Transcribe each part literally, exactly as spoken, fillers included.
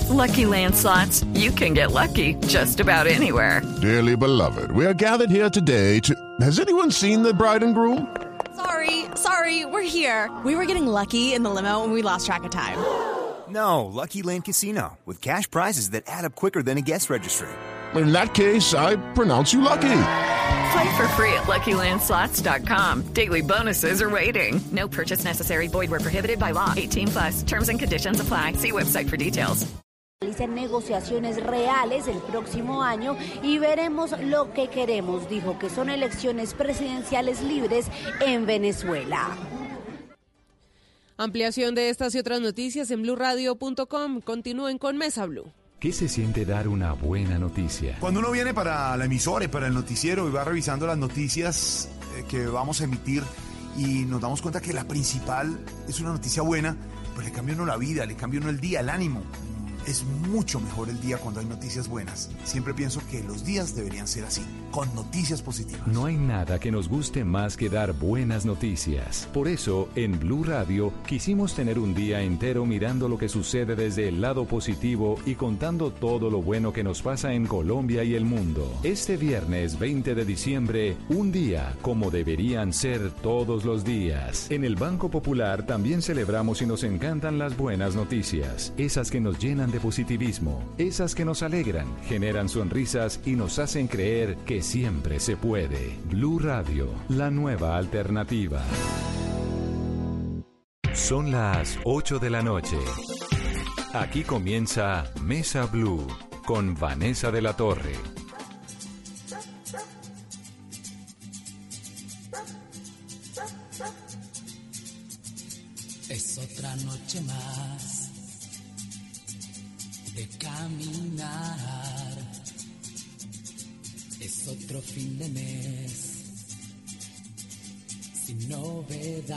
Lucky Land Slots, you can get lucky just about anywhere. Dearly beloved, we are gathered here today to... Has anyone seen the bride and groom? Sorry, sorry, we're here. We were getting lucky in the limo and we lost track of time. No, Lucky Land Casino, with cash prizes that add up quicker than a guest registry. In that case, I pronounce you lucky. Play for free at Lucky Land Slots dot com. Daily bonuses are waiting. No purchase necessary. Void where prohibited by law. eighteen plus. Terms and conditions apply. See website for details. Realicen negociaciones reales el próximo año y veremos lo que queremos. Dijo que son elecciones presidenciales libres en Venezuela. Ampliación de estas y otras noticias en blue radio punto com. Continúen con Mesa Blue. ¿Qué se siente dar una buena noticia? Cuando uno viene para la emisora y para el noticiero y va revisando las noticias eh, que vamos a emitir y nos damos cuenta que la principal es una noticia buena, pues le cambia uno la vida, le cambia uno el día, el ánimo. Es mucho mejor el día cuando hay noticias buenas. Siempre pienso que los días deberían ser así, con noticias positivas. No hay nada que nos guste más que dar buenas noticias. Por eso, en Blue Radio, quisimos tener un día entero mirando lo que sucede desde el lado positivo y contando todo lo bueno que nos pasa en Colombia y el mundo. Este viernes veinte de diciembre, un día como deberían ser todos los días. En el Banco Popular también celebramos y nos encantan las buenas noticias, esas que nos llenan de positivismo, esas que nos alegran, generan sonrisas y nos hacen creer que siempre se puede. Blue Radio, la nueva alternativa. Son las ocho de la noche. Aquí comienza Mesa Blue con Vanessa de la Torre. Es otra noche más de caminar, es otro fin de mes sin novedad.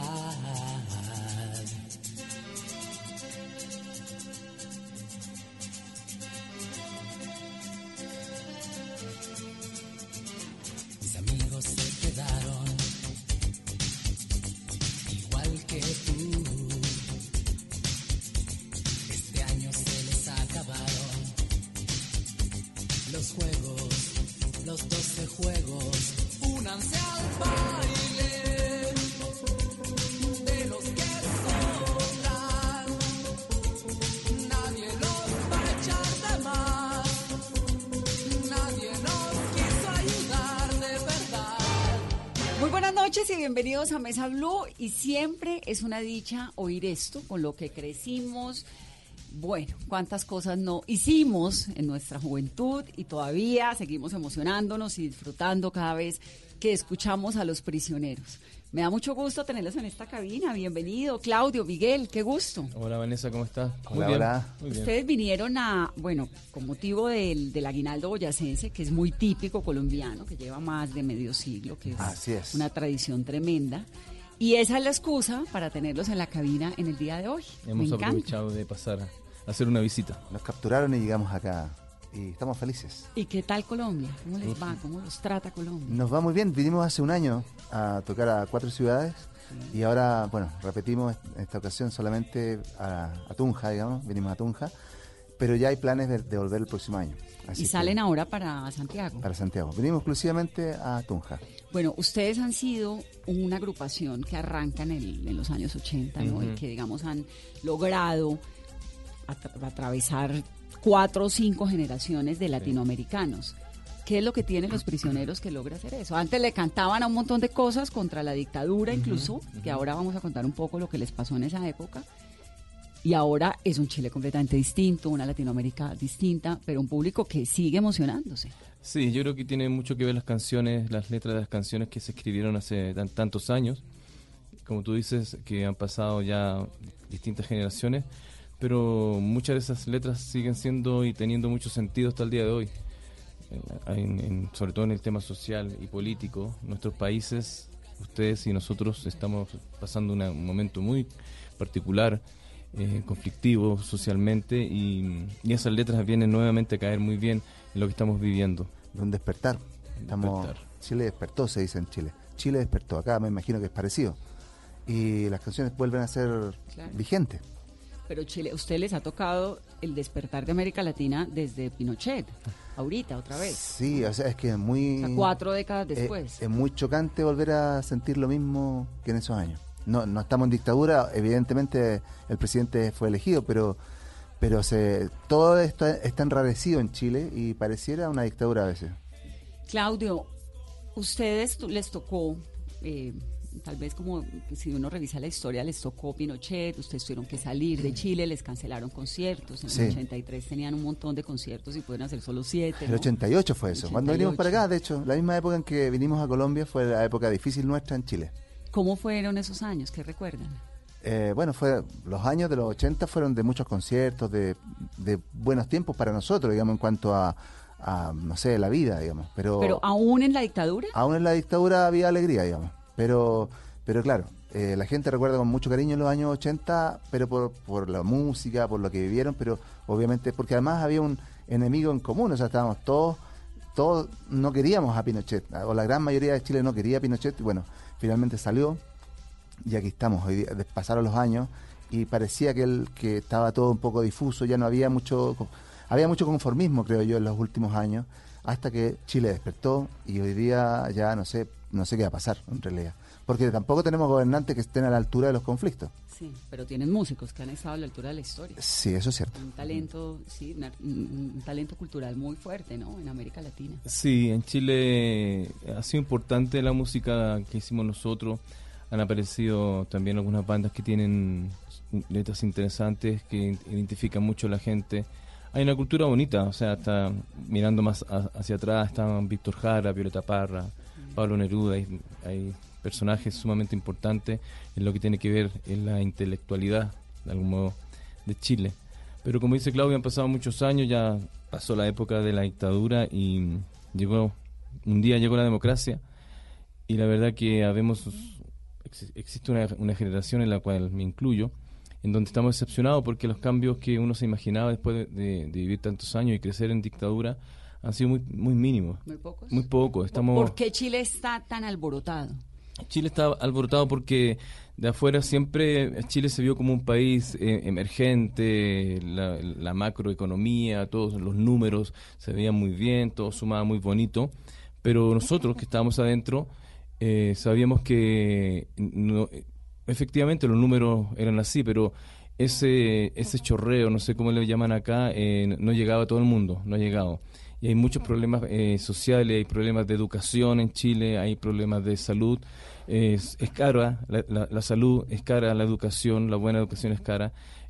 Mis amigos se quedaron igual que tú. Este año se les acabaron los juegos, los doce juegos. Únanse al baile de los que sobran. Nadie los va a echar de más. Nadie nos quiso ayudar de verdad. Muy buenas noches y bienvenidos a Mesa Blue. Y siempre es una dicha oír esto, con lo que crecimos. Bueno, cuántas cosas no hicimos en nuestra juventud y todavía seguimos emocionándonos y disfrutando cada vez que escuchamos a los prisioneros. Me da mucho gusto tenerlos en esta cabina. Bienvenido, Claudio, Miguel, qué gusto. Hola, Vanessa, ¿cómo estás? Muy hola, bien. Hola. Muy bien. Ustedes vinieron a, bueno, con motivo del, del aguinaldo boyacense, que es muy típico colombiano, que lleva más de medio siglo, que es, Así es. una tradición tremenda. Y esa es la excusa para tenerlos en la cabina en el día de hoy. Hemos Me aprovechado encanta. de pasar a hacer una visita. Nos capturaron y llegamos acá y estamos felices. ¿Y qué tal Colombia? ¿Cómo les va? ¿Cómo los trata Colombia? Nos va muy bien. Vinimos hace un año a tocar a cuatro ciudades sí. Y ahora, bueno, repetimos en esta ocasión solamente a, a Tunja, digamos. Vinimos a Tunja, pero ya hay planes de, de volver el próximo año. Así ¿Y salen ahora para Santiago? Para Santiago. Vinimos exclusivamente a Tunja. Bueno, ustedes han sido una agrupación que arranca en, el, en los años ochenta, ¿no? Uh-huh. Y que, digamos, han logrado atra- atravesar cuatro o cinco generaciones de latinoamericanos. ¿Qué es lo que tienen los prisioneros que logra hacer eso? Antes le cantaban a un montón de cosas contra la dictadura, incluso, uh-huh, uh-huh. que ahora vamos a contar un poco lo que les pasó en esa época. Y ahora es un Chile completamente distinto, una Latinoamérica distinta, pero un público que sigue emocionándose. Sí, yo creo que tiene mucho que ver las canciones, las letras de las canciones que se escribieron hace tan, tantos años. Como tú dices, que han pasado ya distintas generaciones, pero muchas de esas letras siguen siendo y teniendo mucho sentido hasta el día de hoy. En, en, sobre todo en el tema social y político, nuestros países, ustedes y nosotros estamos pasando una, un momento muy particular, eh, conflictivo socialmente, y, y esas letras vienen nuevamente a caer muy bien en lo que estamos viviendo. Un despertar. Estamos, despertar. Chile despertó, se dice en Chile. Chile despertó. Acá me imagino que es parecido. Y las canciones vuelven a ser claro. vigentes. Pero Chile, a usted les ha tocado el despertar de América Latina desde Pinochet, ahorita, otra vez. Sí, o sea, es que es muy... O sea, cuatro décadas es- después. Es, muy chocante volver a sentir lo mismo que en esos años. No, no estamos en dictadura, evidentemente el presidente fue elegido, pero pero se, todo esto está enrarecido en Chile y pareciera una dictadura a veces. Claudio, ustedes tu- les tocó, eh, tal vez como si uno revisa la historia, les tocó Pinochet, ustedes tuvieron que salir de Chile, les cancelaron conciertos, en Sí. el ochenta y tres tenían un montón de conciertos y pueden hacer solo siete. El ¿no? ochenta y ocho fue eso, cuando vinimos para acá, de hecho, la misma época en que vinimos a Colombia fue la época difícil nuestra en Chile. ¿Cómo fueron esos años? ¿Qué recuerdan? Eh, bueno, fue los años de los ochenta fueron de muchos conciertos, de, de buenos tiempos para nosotros, digamos, en cuanto a, a, no sé, la vida, digamos. Pero, ¿Pero aún en la dictadura? aún en la dictadura había alegría, digamos. Pero, pero claro, eh, la gente recuerda con mucho cariño los años ochenta, pero por, por la música, por lo que vivieron, pero obviamente porque además había un enemigo en común, o sea, estábamos todos, todos no queríamos a Pinochet, o la gran mayoría de Chile no quería a Pinochet, y bueno, finalmente salió. Y aquí estamos, hoy día, pasaron los años y parecía que, el, que estaba todo un poco difuso, ya no había mucho, había mucho conformismo, creo yo, en los últimos años, hasta que Chile despertó y hoy día ya no sé, no sé qué va a pasar en realidad, porque tampoco tenemos gobernantes que estén a la altura de los conflictos. Sí, pero tienen músicos que han estado a la altura de la historia. Sí, eso es cierto. Un talento, sí, una- un, un talento cultural muy fuerte, ¿no? En América Latina. Sí, en Chile ha sido importante la música que hicimos nosotros. Han aparecido también algunas bandas que tienen letras interesantes, que identifican mucho a la gente. Hay una cultura bonita, o sea, está mirando más a- hacia atrás, están Víctor Jara, Violeta Parra, Pablo Neruda, hay, hay personajes sumamente importantes en lo que tiene que ver en la intelectualidad, de algún modo, de Chile. Pero como dice Claudia, han pasado muchos años, ya pasó la época de la dictadura y llegó, un día llegó la democracia y la verdad que habemos, ex- existe una, una generación en la cual me incluyo, en donde estamos decepcionados porque los cambios que uno se imaginaba después de, de- de vivir tantos años y crecer en dictadura han sido muy, muy mínimos. Muy pocos. Muy pocos. Estamos... ¿Por qué Chile está tan alborotado? Chile está alborotado porque de afuera siempre Chile se vio como un país eh, emergente, la, la macroeconomía, todos los números se veían muy bien, todo sumaba muy bonito, pero nosotros que estábamos adentro eh, sabíamos que no, efectivamente los números eran así, pero ese ese chorreo, no sé cómo le llaman acá, eh, no llegaba a todo el mundo, no ha llegado. Y hay muchos problemas eh, sociales, hay problemas de educación en Chile, hay problemas de salud. Es, es cara, la, la, la salud es cara, la educación, la buena educación es cara.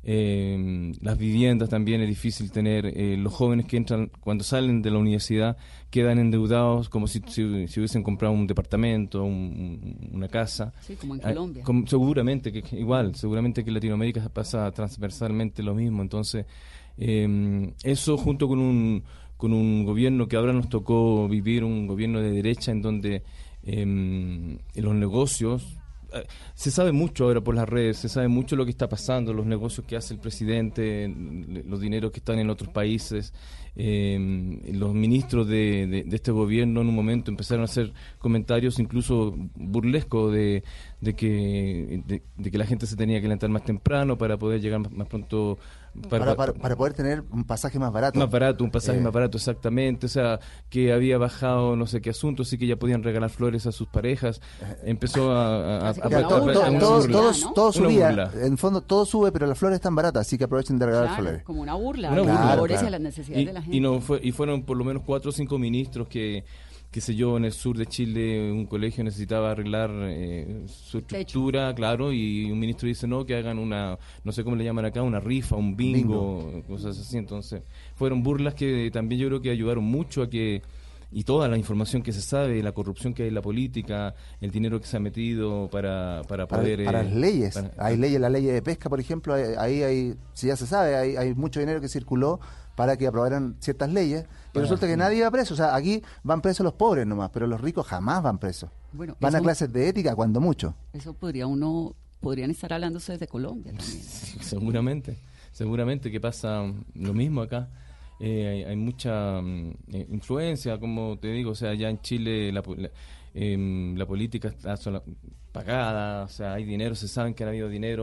Eh, las viviendas también es difícil tener. Eh, los jóvenes que entran, cuando salen de la universidad, quedan endeudados como si, si, si hubiesen comprado un departamento, un- un- una casa. Sí, como en Ah, Colombia. como- seguramente, que que igual, seguramente que en Latinoamérica pasa transversalmente lo mismo. Entonces, eh, eso junto con un con un gobierno que ahora nos tocó vivir, un gobierno de derecha en donde eh, en los negocios, eh, se sabe mucho ahora por las redes, se sabe mucho lo que está pasando, los negocios que hace el presidente, l- los dineros que están en otros países. Eh, los ministros de, de- de este gobierno en un momento empezaron a hacer comentarios incluso burlescos de, de que de, de que la gente se tenía que levantar más temprano para poder llegar más, más pronto Para, para, para poder tener un pasaje más barato. más barato, un pasaje Eh, más barato, exactamente. O sea, que había bajado no sé qué asunto, así que ya podían regalar flores a sus parejas. Empezó a... a, a- Casi como Ya, una todo, burla, todo- una todo- burla, todo- ¿no? todo Una subía, burla. en fondo todo sube, pero las flores están baratas, así que aprovechen de regalar Claro, flores. como una burla, Una a los burla. valores Claro, y a las necesidades Y, de la gente. y no fue, y fueron por lo menos cuatro o cinco ministros que, qué sé yo, en el sur de Chile un colegio necesitaba arreglar eh, su estructura, claro, y un ministro dice no, que hagan una, no sé cómo le llaman acá, una rifa, un bingo, cosas así. Entonces, fueron burlas que también yo creo que ayudaron mucho a que, y toda la información que se sabe, la corrupción que hay en la política, el dinero que se ha metido para, para Para, poder... para eh, las leyes. para- Hay leyes, la ley de pesca, por ejemplo, hay- ahí hay, si ya se sabe, hay, hay mucho dinero que circuló para que aprobaran ciertas leyes, y Para- resulta que nadie va preso. O sea, aquí van presos los pobres nomás, pero los ricos jamás van presos. Bueno, Van a eso- clases de ética cuando mucho. Eso podría uno, podrían estar hablando ustedes de Colombia también. Sí, seguramente, seguramente que pasa lo mismo acá. Eh, hay, hay mucha mm, eh, influencia, como te digo, o sea, ya en Chile la, po- la, em, la política está sola- pagada, o sea, hay dinero, se saben que ha habido dinero.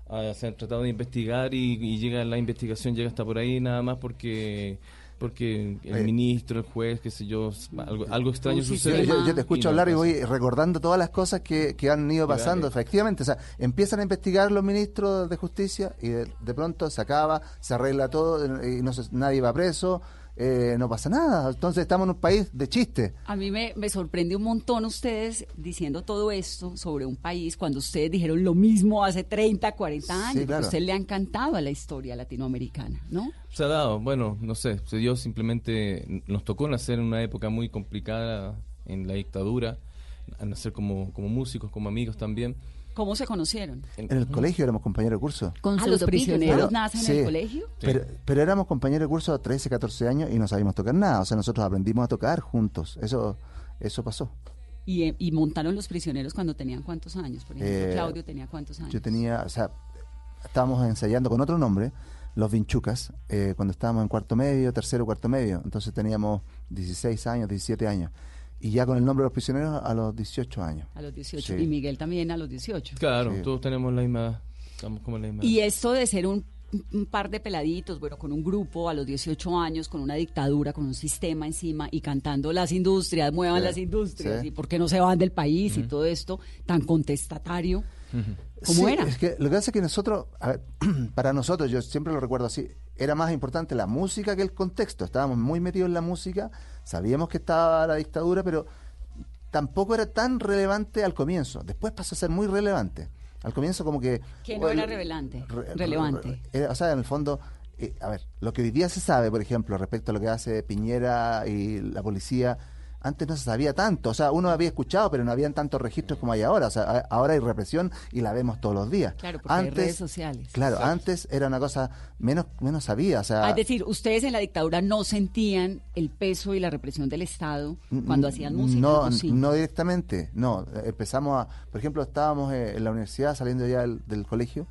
a- se han tratado de investigar y, y llega la investigación llega hasta por ahí nada más porque porque el Eh. ministro, el juez, qué sé yo, algo, algo extraño Un sucede. Yo, yo te escucho no hablar y pasa. voy recordando todas las cosas que, que han ido pasando, Vale. efectivamente. O sea, empiezan a investigar los ministros de justicia y de, de pronto se acaba, se arregla todo y no se- nadie va preso, eh, no pasa nada. Entonces estamos en un país de chiste. A mí me, me sorprende un montón ustedes diciendo todo esto sobre un país cuando ustedes dijeron lo mismo hace treinta, cuarenta años. Sí, claro. A usted le ha encantado la historia latinoamericana, ¿no? Se ha dado, bueno, no sé, se dio simplemente, nos tocó nacer en una época muy complicada en la dictadura, a nacer como, como músicos, como amigos también. ¿Cómo se conocieron? En el colegio éramos compañeros de curso. Con Ah, los pseudopillos, prisioneros Pero- nacen en sí. el colegio. Sí. Pero, pero éramos compañeros de curso a trece, catorce años y no sabíamos tocar nada. O sea, nosotros aprendimos a tocar juntos. Eso eso pasó. Y, eh, y montaron los prisioneros cuando tenían cuántos años. Por ejemplo, Eh, Claudio tenía cuántos años. Yo tenía, o sea, estábamos ensayando con otro nombre, los Vinchucas, eh, cuando estábamos en cuarto medio, tercero, cuarto medio. Entonces teníamos dieciséis años, diecisiete años. Y ya con el nombre de los prisioneros a los dieciocho años. A los dieciocho. Sí. Y Miguel también a los dieciocho. Claro, Sí. todos tenemos la misma, estamos como la misma. Y esto de ser un, un par de peladitos, bueno, con un grupo a los dieciocho años, con una dictadura, con un sistema encima y cantando las industrias, muevan Sí, las industrias, sí. y por qué no se van del país y todo esto tan contestatario. ¿Cómo Sí, era? Es que lo que hace es que nosotros, a ver, para nosotros, yo siempre lo recuerdo así, era más importante la música que el contexto. Estábamos muy metidos en la música, sabíamos que estaba la dictadura, pero tampoco era tan relevante al comienzo. Después pasó a ser muy relevante. Al comienzo como que... Que no bueno, era relevante, re- relevante. re- era- o sea, en el fondo, eh, a ver, lo que hoy día se sabe, por ejemplo, respecto a lo que hace Piñera y la policía, antes no se sabía tanto. O sea, uno había escuchado, pero no habían tantos registros como hay ahora. O sea, a- ahora hay represión y la vemos todos los días. Claro, porque hay redes sociales. Claro, antes era una cosa menos menos sabía. O sea, Ah, es decir, ustedes en la dictadura no sentían el peso y la represión del Estado cuando hacían música. No, ¿o sí? no directamente, no. Eh, Empezamos a, por ejemplo, estábamos eh, en la universidad saliendo ya del, del colegio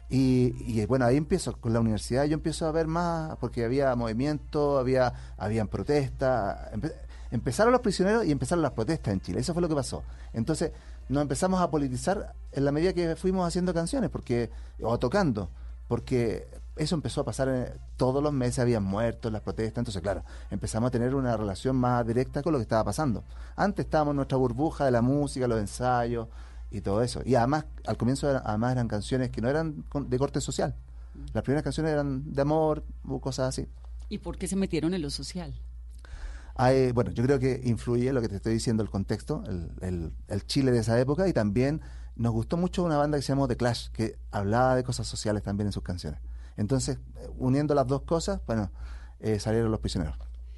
y, y, bueno, ahí empiezo, con la universidad yo empiezo a ver más, porque había movimiento, había habían protestas, empe- empezaron los prisioneros y empezaron las protestas en Chile, eso fue lo que pasó. Entonces nos empezamos a politizar en la medida que fuimos haciendo canciones, porque o tocando, porque eso empezó a pasar en- todos los meses, habían muertos, las protestas, entonces claro, empezamos a tener una relación más directa con lo que estaba pasando. Antes estábamos en nuestra burbuja de la música, los ensayos y todo eso. Y además, al comienzo era- además eran canciones que no eran con- de corte social. Las primeras canciones eran de amor o cosas así. ¿Y por qué se metieron en lo social? Hay, bueno, yo creo que influye lo que te estoy diciendo, el contexto, el, el- el Chile de esa época, y también nos gustó mucho una banda que se llamó The Clash, que hablaba de cosas sociales también en sus canciones. Entonces, eh, uniendo las dos cosas, bueno, eh, salieron Los Prisioneros.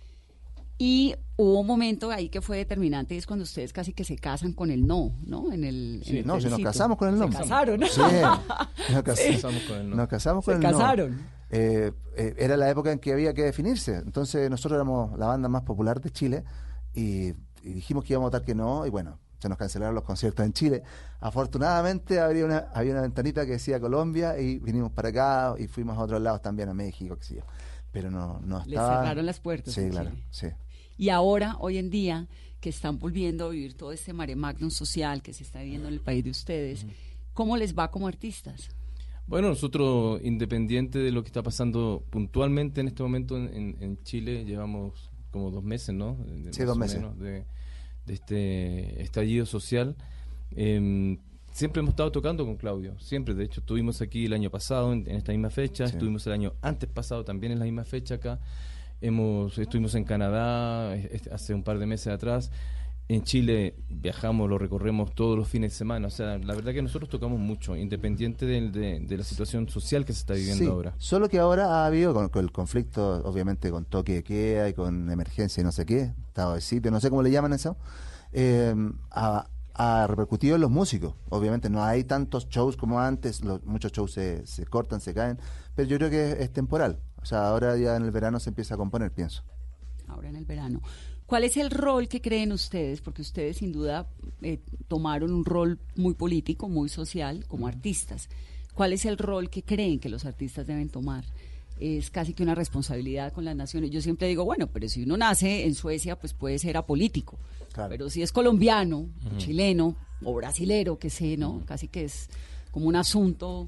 Y hubo un momento ahí que fue determinante, y es cuando ustedes casi que se casan con el no, ¿no? En el, Sí, en el no, si nos plebiscito. casamos con el no. Se casaron. Sí, nos, cas- Sí. Casamos con el no. nos casamos con Se el no. casaron. Eh, eh, era la época en que había que definirse. Entonces nosotros éramos la banda más popular de Chile y, y dijimos que íbamos a votar que no, y bueno, se nos cancelaron los conciertos en Chile. Afortunadamente había una, había una ventanita que decía Colombia y vinimos para acá y fuimos a otros lados también, a México, qué sé yo. Pero no, no Les estaba... cerraron las puertas Sí, en claro, Chile. sí. Y ahora, hoy en día, que están volviendo a vivir todo este mare magnum social que se está viviendo en el país de ustedes, ¿cómo les va como artistas? Bueno, nosotros, independiente de lo que está pasando puntualmente en este momento en, en- en Chile, llevamos como dos meses, ¿no? De- Sí, más dos o meses. menos, de, de este estallido social. Eh, siempre hemos estado tocando con Claudio, siempre. De hecho, estuvimos aquí el año pasado en, en esta misma fecha, Sí. estuvimos el año antes pasado también en la misma fecha acá. Hemos, estuvimos en Canadá eh, este, hace un par de meses atrás. En Chile viajamos, lo recorremos todos los fines de semana. O sea, la verdad que nosotros tocamos mucho, independiente del- de, de la situación social que se está viviendo Sí, ahora. solo que ahora ha habido con, con el conflicto, obviamente con toque de queda y con emergencia y no sé qué, estado de sitio, no sé cómo le llaman eso, eh, ha, ha repercutido en los músicos. Obviamente no hay tantos shows como antes, los, muchos shows se, se cortan, se caen, pero yo creo que es, es temporal. O sea, ahora ya en el verano se empieza a componer, pienso. Ahora en el verano. ¿Cuál es el rol que creen ustedes? Porque ustedes sin duda eh, tomaron un rol muy político, muy social, como artistas. ¿Cuál es el rol que creen que los artistas deben tomar? Es casi que una responsabilidad con las naciones. Yo siempre digo, bueno, pero si uno nace en Suecia, pues puede ser apolítico. Claro. Pero si es colombiano, o chileno, o brasilero, que sé, ¿no? Casi que es como un asunto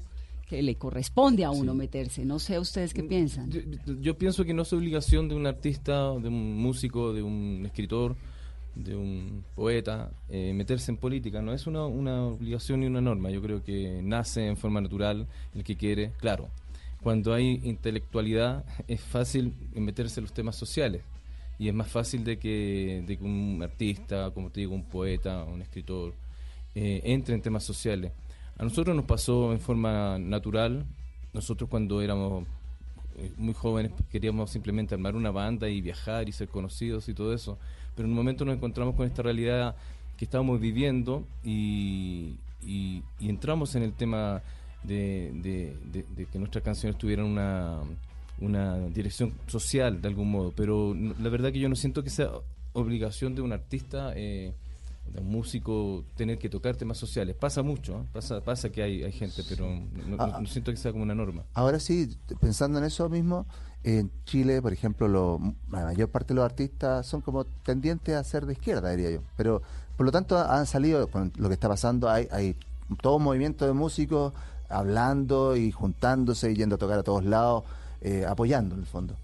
que le corresponde a uno sí. meterse. No sé ustedes qué piensan. Yo, yo pienso que no es obligación de un artista, de un músico, de un escritor, de un poeta, eh, meterse en política. No es una, una obligación ni una norma. Yo creo que nace en forma natural el que quiere. Claro, cuando hay intelectualidad es fácil meterse en los temas sociales. Y es más fácil de que, de que un artista, como te digo, un poeta, un escritor, eh, entre en temas sociales. A nosotros nos pasó en forma natural. Nosotros cuando éramos eh, muy jóvenes queríamos simplemente armar una banda y viajar y ser conocidos y todo eso. Pero en un momento nos encontramos con esta realidad que estábamos viviendo y, y, y entramos en el tema de, de, de, de que nuestras canciones tuvieran una... una dirección social de algún modo, pero no, la verdad que yo no siento que sea obligación de un artista, eh, de un músico, tener que tocar temas sociales. Pasa mucho, ¿eh? pasa pasa que hay, hay gente, pero no, ah, no, no siento que sea como una norma. Ahora sí, pensando en eso mismo, en Chile, por ejemplo, lo, la mayor parte de los artistas son como tendientes a ser de izquierda, diría yo, pero por lo tanto han salido, con lo que está pasando, hay, hay todo un movimiento de músicos hablando y juntándose y yendo a tocar a todos lados, Eh, apoyando en el fondo.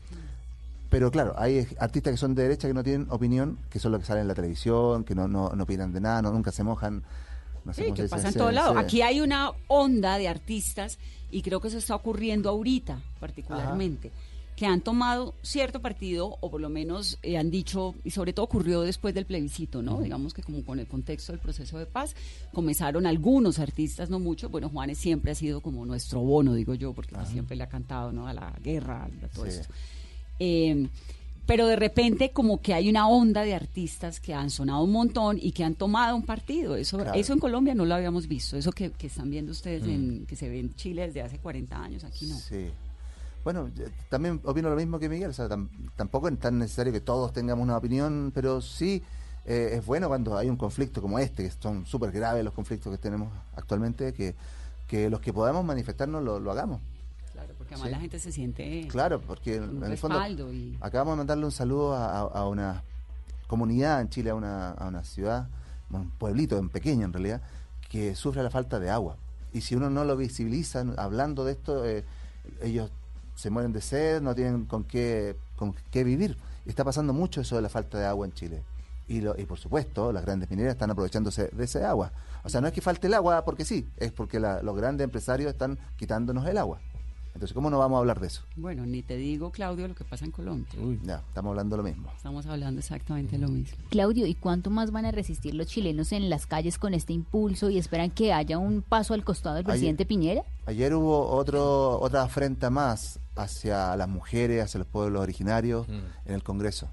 Pero claro, hay artistas que son de derecha que no tienen opinión, que son los que salen en la televisión, que no, no, no opinan de nada, no, nunca se mojan. No sé sí, que pasa en todos lados. Aquí hay una onda de artistas, y creo que eso está ocurriendo ahorita particularmente, Ajá. que han tomado cierto partido, o por lo menos eh, han dicho, y sobre todo ocurrió después del plebiscito, ¿no? Uh-huh. Digamos que como con el contexto del proceso de paz, comenzaron algunos artistas, no muchos. Bueno, Juanes siempre ha sido como nuestro Bono, digo yo, porque uh-huh. siempre le ha cantado, ¿no? A la guerra, a todo sí. esto. Eh, pero de repente como que hay una onda de artistas que han sonado un montón y que han tomado un partido. Eso claro. eso en Colombia no lo habíamos visto. Eso que, que están viendo ustedes, uh-huh. en, que se ve en Chile desde hace cuarenta años, aquí no. Sí. Bueno, también opino lo mismo que Miguel, o sea, tam, tampoco es tan necesario que todos tengamos una opinión, pero sí eh, es bueno cuando hay un conflicto como este, que son súper graves los conflictos que tenemos actualmente, que, que los que podamos manifestarnos lo, lo hagamos. Claro, porque además sí. la gente se siente Claro, porque en el fondo y... acabamos de mandarle un saludo a, a una comunidad en Chile, a una, a una ciudad, un pueblito en pequeño en realidad, que sufre la falta de agua. Y si uno no lo visibiliza hablando de esto, eh, ellos se mueren de sed, no tienen con qué con qué vivir. Está pasando mucho eso de la falta de agua en Chile. Y, lo, y por supuesto, las grandes mineras están aprovechándose de ese agua. O sea, no es que falte el agua porque sí, es porque la, los grandes empresarios están quitándonos el agua. Entonces, ¿cómo no vamos a hablar de eso? Bueno, ni te digo, Claudio, lo que pasa en Colombia. Uy, ya, estamos hablando lo mismo. Estamos hablando exactamente lo mismo. Claudio, ¿y cuánto más van a resistir los chilenos en las calles con este impulso y esperan que haya un paso al costado del presidente ayer, Piñera? Ayer hubo otro otra afrenta más hacia las mujeres, hacia los pueblos originarios mm. en el Congreso.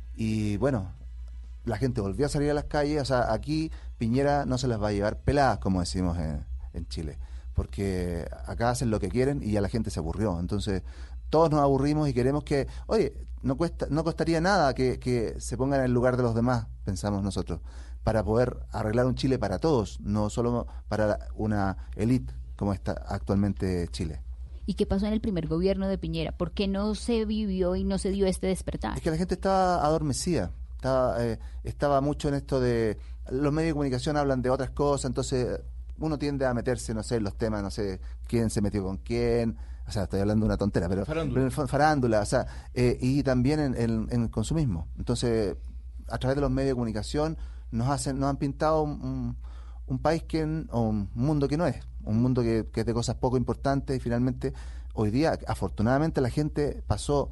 Y bueno, la gente volvió a salir a las calles. O sea, aquí Piñera no se las va a llevar peladas, como decimos en, en Chile, porque acá hacen lo que quieren y ya la gente se aburrió. Entonces todos nos aburrimos y queremos que, oye, no cuesta no costaría nada que, que se pongan en el lugar de los demás, pensamos nosotros, para poder arreglar un Chile para todos, no solo para una élite como está actualmente Chile. ¿Y qué pasó en el primer gobierno de Piñera? ¿Por qué no se vivió y no se dio este despertar? Es que la gente estaba adormecida, estaba, eh, estaba mucho en esto de... Los medios de comunicación hablan de otras cosas, entonces uno tiende a meterse, no sé, en los temas, no sé, quién se metió con quién, o sea, estoy hablando de una tontera, pero farándula, pero en el, farándula o sea, eh, y también en, en, en el consumismo. Entonces, a través de los medios de comunicación nos hacen, nos han pintado un, un país que, o un mundo que no es, un mundo que, que es de cosas poco importantes, y finalmente hoy día, afortunadamente, la gente pasó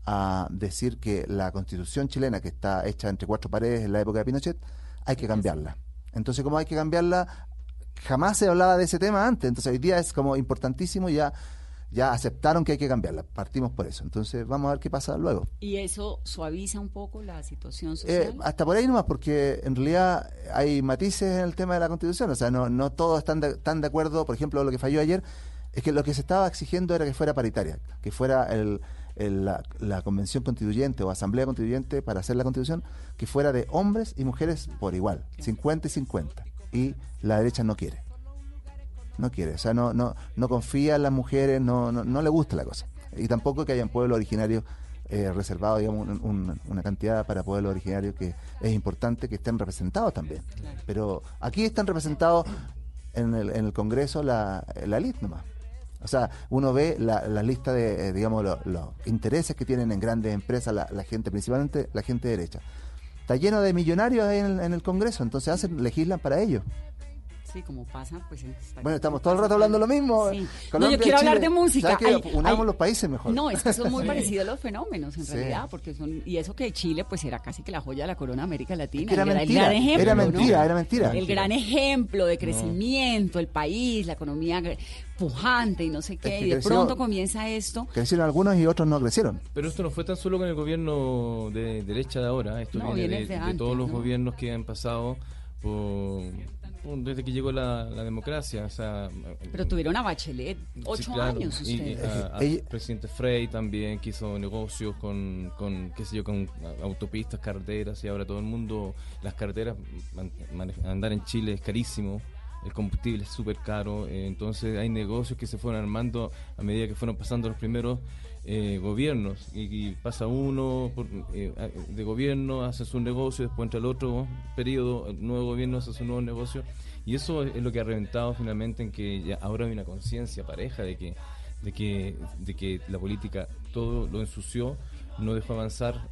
a decir que la Constitución chilena, que está hecha entre cuatro paredes en la época de Pinochet, hay que cambiarla. Entonces, como hay que cambiarla, jamás se hablaba de ese tema antes, entonces hoy día es como importantísimo, y ya, ya aceptaron que hay que cambiarla, partimos por eso. Entonces vamos a ver qué pasa luego. ¿Y eso suaviza un poco la situación social? Eh, hasta por ahí nomás, porque en realidad hay matices en el tema de la Constitución, o sea, no, no todos están de, están de acuerdo. Por ejemplo, lo que falló ayer es que lo que se estaba exigiendo era que fuera paritaria, que fuera el, el, la, la convención constituyente o asamblea constituyente para hacer la Constitución, que fuera de hombres y mujeres por igual, cincuenta y cincuenta. Y la derecha no quiere. No quiere, o sea, no no no confía en las mujeres, no no, no le gusta la cosa. Y tampoco que hayan pueblos originarios eh, reservados, digamos, un, un, una cantidad para pueblos originarios que es importante que estén representados también. Pero aquí están representados en el, en el Congreso la, la élite nomás. O sea, uno ve la, la lista de, eh, digamos, los lo intereses que tienen en grandes empresas la, la gente, principalmente la gente derecha. Está lleno de millonarios ahí en el, en el Congreso, entonces hacen, legislan para ellos. Sí, como pasa, pues... Bueno, estamos todo el rato hablando lo mismo. Sí. Colombia, no, yo quiero Chile. hablar de música. Hay, Hay, unamos hay, los países mejor. No, es que son muy sí. parecidos los fenómenos, en sí. realidad, porque son... Y eso que Chile, pues, era casi que la joya de la corona de América Latina. Es que era, era mentira, el gran ejemplo, era mentira, ¿no? era mentira. El gran ejemplo de crecimiento, no. el país, la economía pujante y no sé qué, es que y de creció, pronto comienza esto. Crecieron algunos y otros no crecieron. Pero esto no fue tan solo con el gobierno de derecha de ahora, esto no, viene, viene de, de antes, todos los ¿no? gobiernos que han pasado por... desde que llegó la, la democracia, o sea... Pero tuvieron a Bachelet ocho sí, claro. años ustedes. Y, y a, a presidente Frey también, que hizo negocios con, con, qué sé yo, con autopistas, carreteras, y ahora todo el mundo, las carreteras, andar en Chile es carísimo, el combustible es súper caro, eh, entonces hay negocios que se fueron armando a medida que fueron pasando los primeros eh, gobiernos, y, y pasa uno por, eh, de gobierno, hace su negocio, después entra el otro periodo, el nuevo gobierno hace su nuevo negocio, y eso es lo que ha reventado finalmente en que ya ahora hay una conciencia pareja de que, de que, de que la política todo lo ensució, no dejó avanzar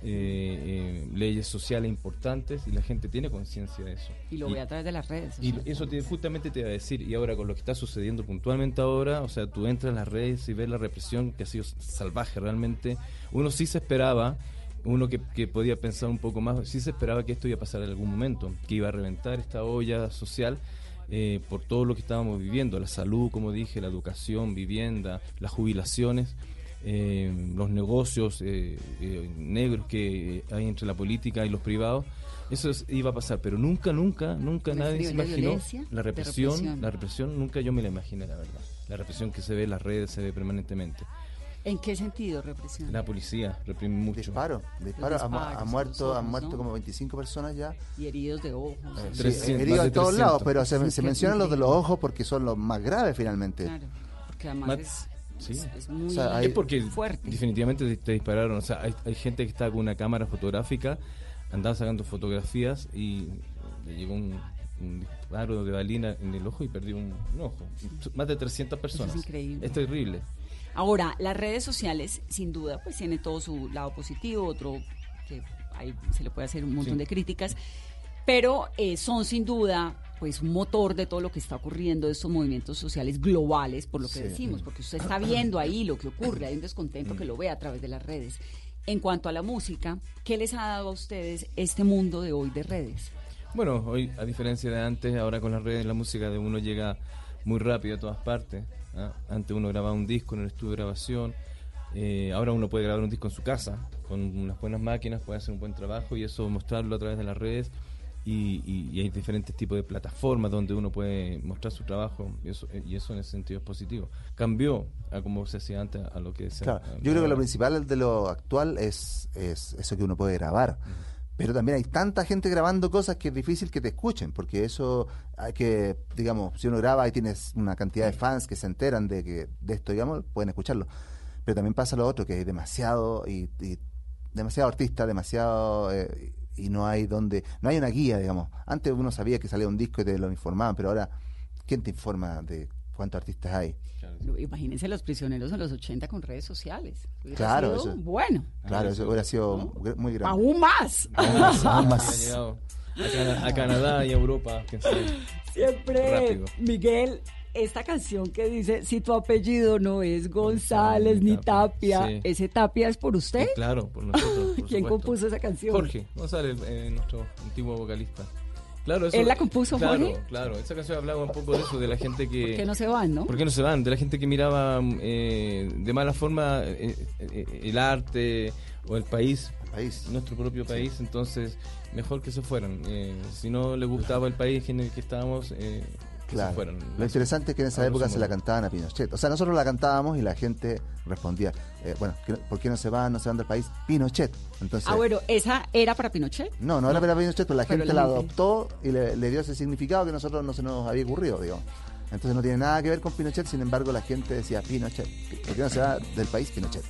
eh, eh, leyes sociales importantes, y la gente tiene conciencia de eso. Y lo y, ve a través de las redes. Y eso te, justamente te iba a decir, y ahora con lo que está sucediendo puntualmente ahora, o sea, tú entras en las redes y ves la represión que ha sido salvaje realmente. Uno sí se esperaba, uno que, que podía pensar un poco más, sí se esperaba que esto iba a pasar en algún momento, que iba a reventar esta olla social, eh, por todo lo que estábamos viviendo, la salud, como dije, la educación, vivienda, las jubilaciones. Eh, los negocios eh, eh, negros que hay entre la política y los privados, eso es, iba a pasar, pero nunca, nunca, nunca nadie se imaginó la represión, represión, la represión, nunca yo me la imaginé, la verdad, la represión que se ve en las redes, se ve permanentemente. ¿En qué sentido represión? La policía reprime mucho. Disparo, disparo, ha, ha muerto, han muerto ¿no? como veinticinco personas ya. Y heridos de ojos. Eh, sí, trescientos, heridos en todos lados, pero se, se mencionan los de los ojos porque son los más graves finalmente. Claro, porque además Más, es... Sí. Es, es muy o sea, hay, es porque fuerte. Definitivamente te, te dispararon. O sea, hay, hay gente que está con una cámara fotográfica, andaba sacando fotografías y le llegó un, un disparo de balina en el ojo y perdió un, un ojo. Más de trescientas personas. Eso es increíble. Es terrible. Ahora, las redes sociales, sin duda, pues tienen todo su lado positivo, otro que ahí se le puede hacer un montón sí. de críticas, pero eh, son sin duda pues un motor de todo lo que está ocurriendo, de estos movimientos sociales globales, por lo que sí. decimos, porque usted está viendo ahí lo que ocurre, hay un descontento que lo ve a través de las redes. En cuanto a la música, ¿qué les ha dado a ustedes este mundo de hoy de redes? Bueno, hoy, a diferencia de antes, ahora con las redes la música de uno llega muy rápido a todas partes. ¿eh? Antes uno grababa un disco en el estudio de grabación, eh, ahora uno puede grabar un disco en su casa, con unas buenas máquinas, puede hacer un buen trabajo y eso mostrarlo a través de las redes. Y, y, y hay diferentes tipos de plataformas donde uno puede mostrar su trabajo y eso, y eso en ese sentido es positivo. Cambió a como se hacía antes a lo que se claro, a, a, yo creo que lo principal de lo actual es, es eso que uno puede grabar. Uh-huh. Pero también hay tanta gente grabando cosas que es difícil que te escuchen, porque eso hay que, digamos, si uno graba y tienes una cantidad de fans que se enteran de que de esto, digamos, pueden escucharlo. Pero también pasa lo otro, que hay demasiado y, y demasiado artista, demasiado eh, y no hay donde, no hay una guía, digamos. Antes uno sabía que salía un disco y te lo informaban, pero ahora, ¿quién te informa de cuántos artistas hay? Claro. Imagínense los prisioneros en los ochenta con redes sociales. Hubiera claro, sido eso, bueno. Claro, eso hubiera sido ¿no? muy grande. Aún más. Aún más. Aún más. A, Can- a Canadá y a Europa. Que Siempre, rápido. Miguel, esta canción que dice, si tu apellido no es González González ni Tapia, Tapia. Sí. ¿Ese Tapia es por usted? Sí, claro, por nosotros. Por ¿Quién supuesto. compuso esa canción? Jorge González, eh, nuestro antiguo vocalista. Claro, eso, ¿Él la compuso, claro, Jorge? Claro, esa canción hablaba un poco de eso, de la gente que... ¿Por qué no se van, no? ¿Por qué no se van? De la gente que miraba eh, de mala forma eh, eh, el arte o el país, el país, nuestro propio país, sí. Entonces mejor que se fueran. Eh, si no les gustaba el país en el que estábamos... Eh, Claro. Fueron, lo interesante es que en esa época se la cantaban a Pinochet. O sea, nosotros la cantábamos y la gente respondía, eh, bueno, ¿por qué no se van, no se van del país? Pinochet. Entonces, ah, bueno, ¿esa era para Pinochet? No, no, no. era para Pinochet, pero la pero gente la, la adoptó y le, le dio ese significado que a nosotros no se nos había ocurrido, digamos. Entonces no tiene nada que ver con Pinochet, sin embargo la gente decía Pinochet. ¿Por qué no se va del país? Pinochet.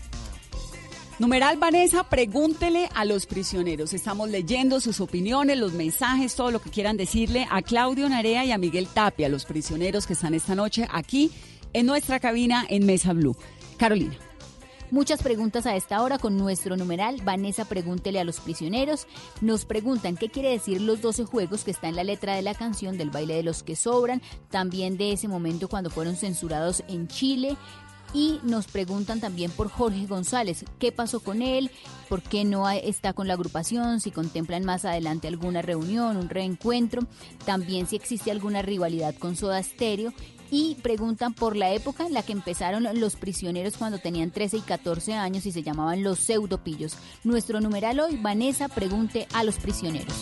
Numeral Vanessa, pregúntele a los prisioneros. Estamos leyendo sus opiniones, los mensajes, todo lo que quieran decirle a Claudio Narea y a Miguel Tapia, los prisioneros que están esta noche aquí en nuestra cabina en Mesa Blue. Carolina. Muchas preguntas a esta hora con nuestro numeral Vanessa Pregúntele a los prisioneros. Nos preguntan qué quiere decir los doce juegos que está en la letra de la canción del baile de los que sobran, también de ese momento cuando fueron censurados en Chile. Y nos preguntan también por Jorge González, qué pasó con él, por qué no está con la agrupación, si contemplan más adelante alguna reunión, un reencuentro, también si existe alguna rivalidad con Soda Stereo. Y preguntan por la época en la que empezaron los prisioneros cuando tenían trece y catorce años y se llamaban los pseudopillos. Nuestro numeral hoy, Vanessa Pregunte a los prisioneros.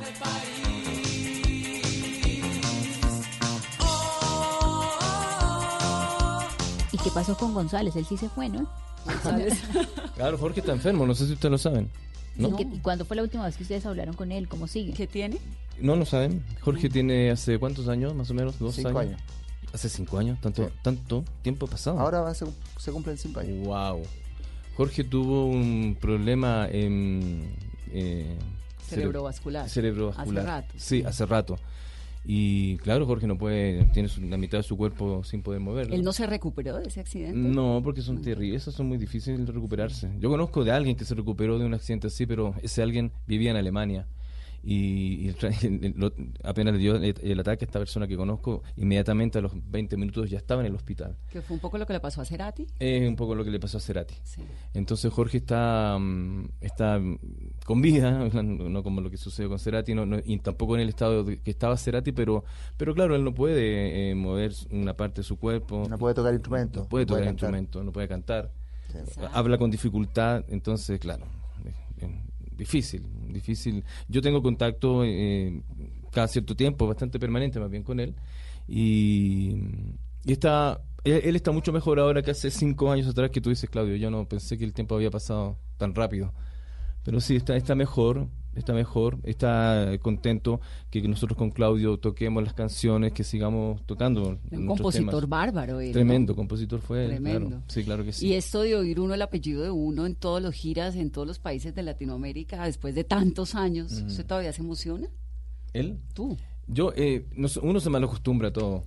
¿Y qué pasó con González? Él sí se fue, ¿no? Claro, Jorge está enfermo, no sé si ustedes lo saben. ¿No? ¿Y, qué, ¿Y cuándo fue la última vez que ustedes hablaron con él? ¿Cómo sigue? ¿Qué tiene? No lo saben. Jorge tiene hace ¿cuántos años? Más o menos, dos cinco años. años. Hace cinco años, tanto, sí. tanto tiempo pasado. Ahora va, se, se cumplen cinco años. Wow. Jorge tuvo un problema en eh, cerebrovascular. Cerebrovascular. Hace rato. Sí, hace rato. Y claro, Jorge no puede, tiene su, la mitad de su cuerpo sin poder moverlo. ¿Él no se recuperó de ese accidente? No, porque son terribles, esos son muy difíciles de recuperarse. Yo conozco de alguien que se recuperó de un accidente así, pero ese alguien vivía en Alemania. Y, y el, lo, apenas le dio el, el ataque a esta persona que conozco, inmediatamente a los veinte minutos ya estaba en el hospital. ¿Que fue un poco lo que le pasó a Cerati? Es eh, un poco lo que le pasó a Cerati. Sí. Entonces Jorge está, está con vida, no como lo que sucedió con Cerati, no, no, y tampoco en el estado de, que estaba Cerati, pero pero claro, él no puede eh, mover una parte de su cuerpo. No puede tocar instrumentos. No puede no tocar puede instrumentos, no puede cantar. Sí. Habla con dificultad, entonces, claro, eh, difícil, difícil. Yo tengo contacto eh, cada cierto tiempo, bastante permanente más bien con él, y, y está, él, él está mucho mejor ahora que hace cinco años atrás, que tú dices, Claudio, yo no pensé que el tiempo había pasado tan rápido, pero sí, está, está mejor, está mejor, está contento que nosotros con Claudio toquemos las canciones, que sigamos tocando. Un compositor temas. Bárbaro. Él, Tremendo, ¿no? compositor fue. Tremendo. Claro. Sí, claro que sí. Y esto de oír uno el apellido de uno en todos los giras, en todos los países de Latinoamérica, después de tantos años, mm. ¿usted todavía se emociona? ¿Él? Tú. Yo, eh, no, uno se malacostumbra a todo.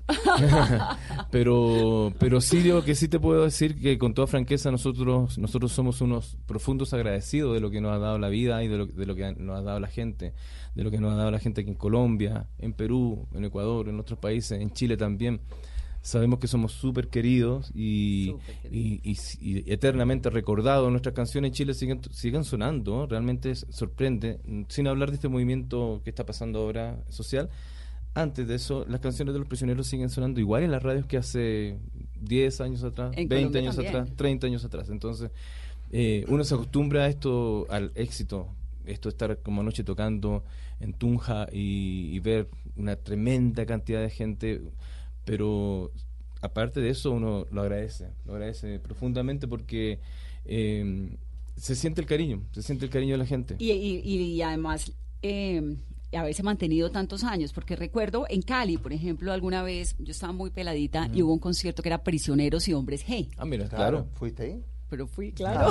pero pero sí, digo que sí te puedo decir que con toda franqueza nosotros nosotros somos unos profundos agradecidos de lo que nos ha dado la vida y de lo, de lo que nos ha dado la gente, de lo que nos ha dado la gente aquí en Colombia, en Perú, en Ecuador, en otros países, en Chile también. Sabemos que somos súper queridos y, y, y, y eternamente recordados. Nuestras canciones en Chile siguen, siguen sonando, realmente sorprende, sin hablar de este movimiento que está pasando ahora social. Antes de eso, las canciones de los prisioneros siguen sonando igual en las radios que hace diez años atrás, en veinte Colombia años también. atrás, treinta años atrás. Entonces, eh, uno se acostumbra a esto, al éxito, esto de estar como anoche tocando en Tunja y, y ver una tremenda cantidad de gente. Pero aparte de eso uno lo agradece, lo agradece profundamente porque eh, se siente el cariño, se siente el cariño de la gente. Y, y, y además eh, haberse mantenido tantos años, porque recuerdo en Cali, por ejemplo, alguna vez yo estaba muy peladita uh-huh. y hubo un concierto que era Prisioneros y Hombres G. Ah, mira, claro. claro. ¿Fuiste ahí? Pero fui, claro.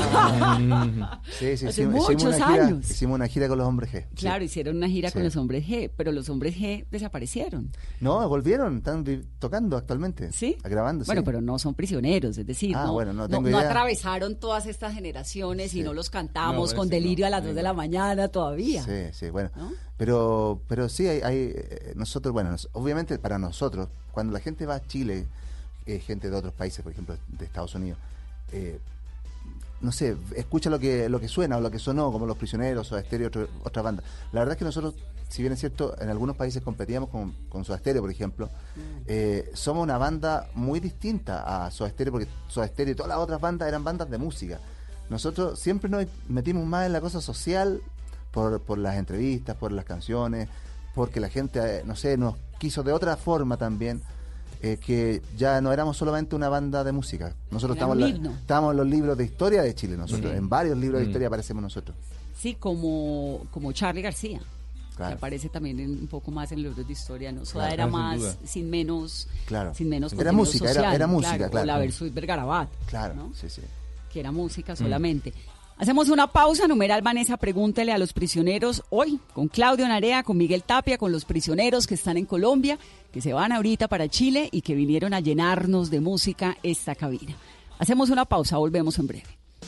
Ah, sí, sí, Hace hicimos, muchos hicimos, una gira, años. hicimos una gira con los Hombres G. Claro, sí. hicieron una gira sí. con los Hombres G, pero los Hombres G desaparecieron. No, volvieron, están vi- tocando actualmente. ¿Sí? Grabando, Bueno, sí. pero no son prisioneros, es decir, ah, no, bueno, no, no, tengo no idea. atravesaron todas estas generaciones sí. y no los cantamos No, con parece delirio no, a las no, dos de no. la mañana todavía. Sí, sí, bueno. ¿No? Pero pero sí, hay, hay eh, nosotros, bueno, nos, obviamente para nosotros, cuando la gente va a Chile, eh, gente de otros países, por ejemplo, de Estados Unidos, eh, no sé, escucha lo que lo que suena o lo que sonó, como Los Prisioneros, Soda Stereo, otro, otra banda. La verdad es que nosotros, si bien es cierto, en algunos países competíamos con, con Soda Stereo, por ejemplo, mm. eh, somos una banda muy distinta a Soda Stereo, porque Soda Stereo y todas las otras bandas eran bandas de música. Nosotros siempre nos metimos más en la cosa social por, por las entrevistas, por las canciones, porque la gente, eh, no sé, nos quiso de otra forma también. Eh, que ya no éramos solamente una banda de música. Nosotros Era estábamos, un la, himno. estábamos en los libros de historia de Chile, nosotros. Sí. En varios libros de Mm. historia aparecemos nosotros. Sí, como, como Charly García. Claro. Que aparece también en, un poco más en los libros de historia, ¿no? Soda Claro, era sin más, duda. sin menos, Claro. sin menos Era contenido música, era- social, era música, claro, claro. O la Versuit Vergarabat, Claro, ¿no? sí, sí. Que era música solamente. Hacemos una pausa, numeral Vanessa, pregúntele a los prisioneros hoy, con Claudio Narea, con Miguel Tapia, con los prisioneros que están en Colombia, que se van ahorita para Chile y que vinieron a llenarnos de música esta cabina. Hacemos una pausa, volvemos en breve.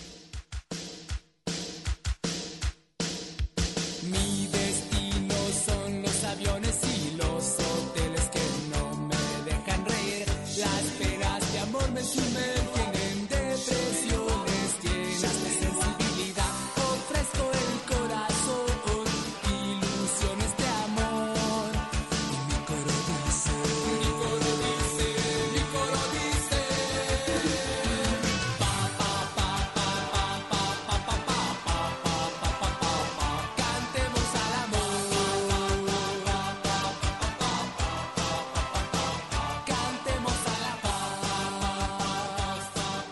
Mi destino son los aviones y los hoteles que no me dejan reír. Las penas de amor me sumergen en depresiones llenas de sensibilidad. Ofrezco el corazón, ilusiones de amor. Y mi coro dice, mi coro dice, mi coro dice. Pa, pa, pa, pa, pa, pa, pa, pa, pa, pa, pa, pa, pa, pa. Cantemos al amor. Cantemos a la paz.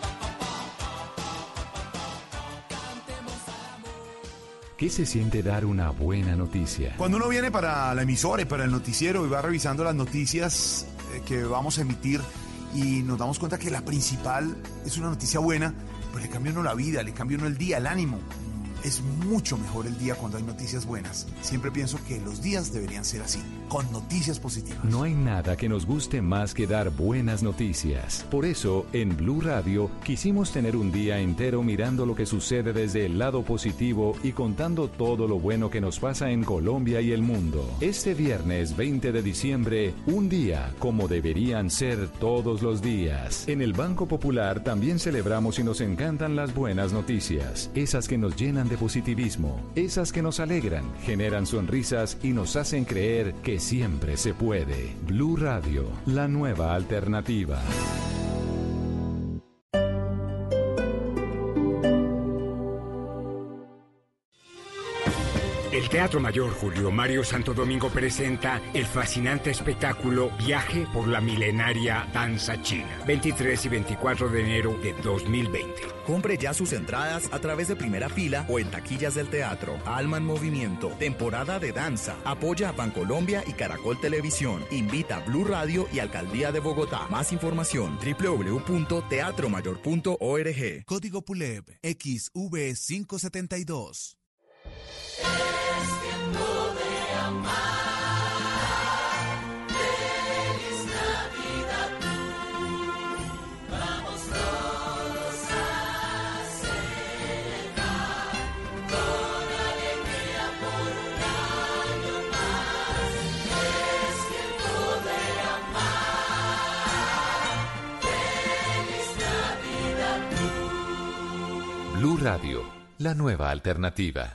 Cantemos al amor. ¿Qué se siente dar una buena noticia? Cuando uno viene para la emisora y para el noticiero y va revisando las noticias eh, que vamos a emitir y nos damos cuenta que la principal es una noticia buena, pues le cambia uno la vida, le cambia uno el día, el ánimo. Es mucho mejor el día cuando hay noticias buenas. Siempre pienso que los días deberían ser así, con noticias positivas. No hay nada que nos guste más que dar buenas noticias. Por eso, en Blue Radio, quisimos tener un día entero mirando lo que sucede desde el lado positivo y contando todo lo bueno que nos pasa en Colombia y el mundo. Este viernes veinte de diciembre, un día como deberían ser todos los días. En el Banco Popular también celebramos y nos encantan las buenas noticias, esas que nos llenan de positivismo, esas que nos alegran, generan sonrisas y nos hacen creer que siempre se puede. Blue Radio, la nueva alternativa. El Teatro Mayor Julio Mario Santo Domingo presenta el fascinante espectáculo Viaje por la milenaria danza china, veintitrés y veinticuatro de enero de dos mil veinte. Compre ya sus entradas a través de Primera Fila o en taquillas del teatro. Alma en Movimiento, temporada de danza. Apoya a Bancolombia y Caracol Televisión. Invita a Blue Radio y Alcaldía de Bogotá. Más información doble u doble u doble u punto teatro mayor punto org. Código Pulev X V quinientos setenta y dos. Es tiempo de amar. Feliz Navidad tú. Vamos todos a celebrar con alegría por un año más. Es tiempo de amar. Feliz Navidad tú. Blue Radio, la nueva alternativa.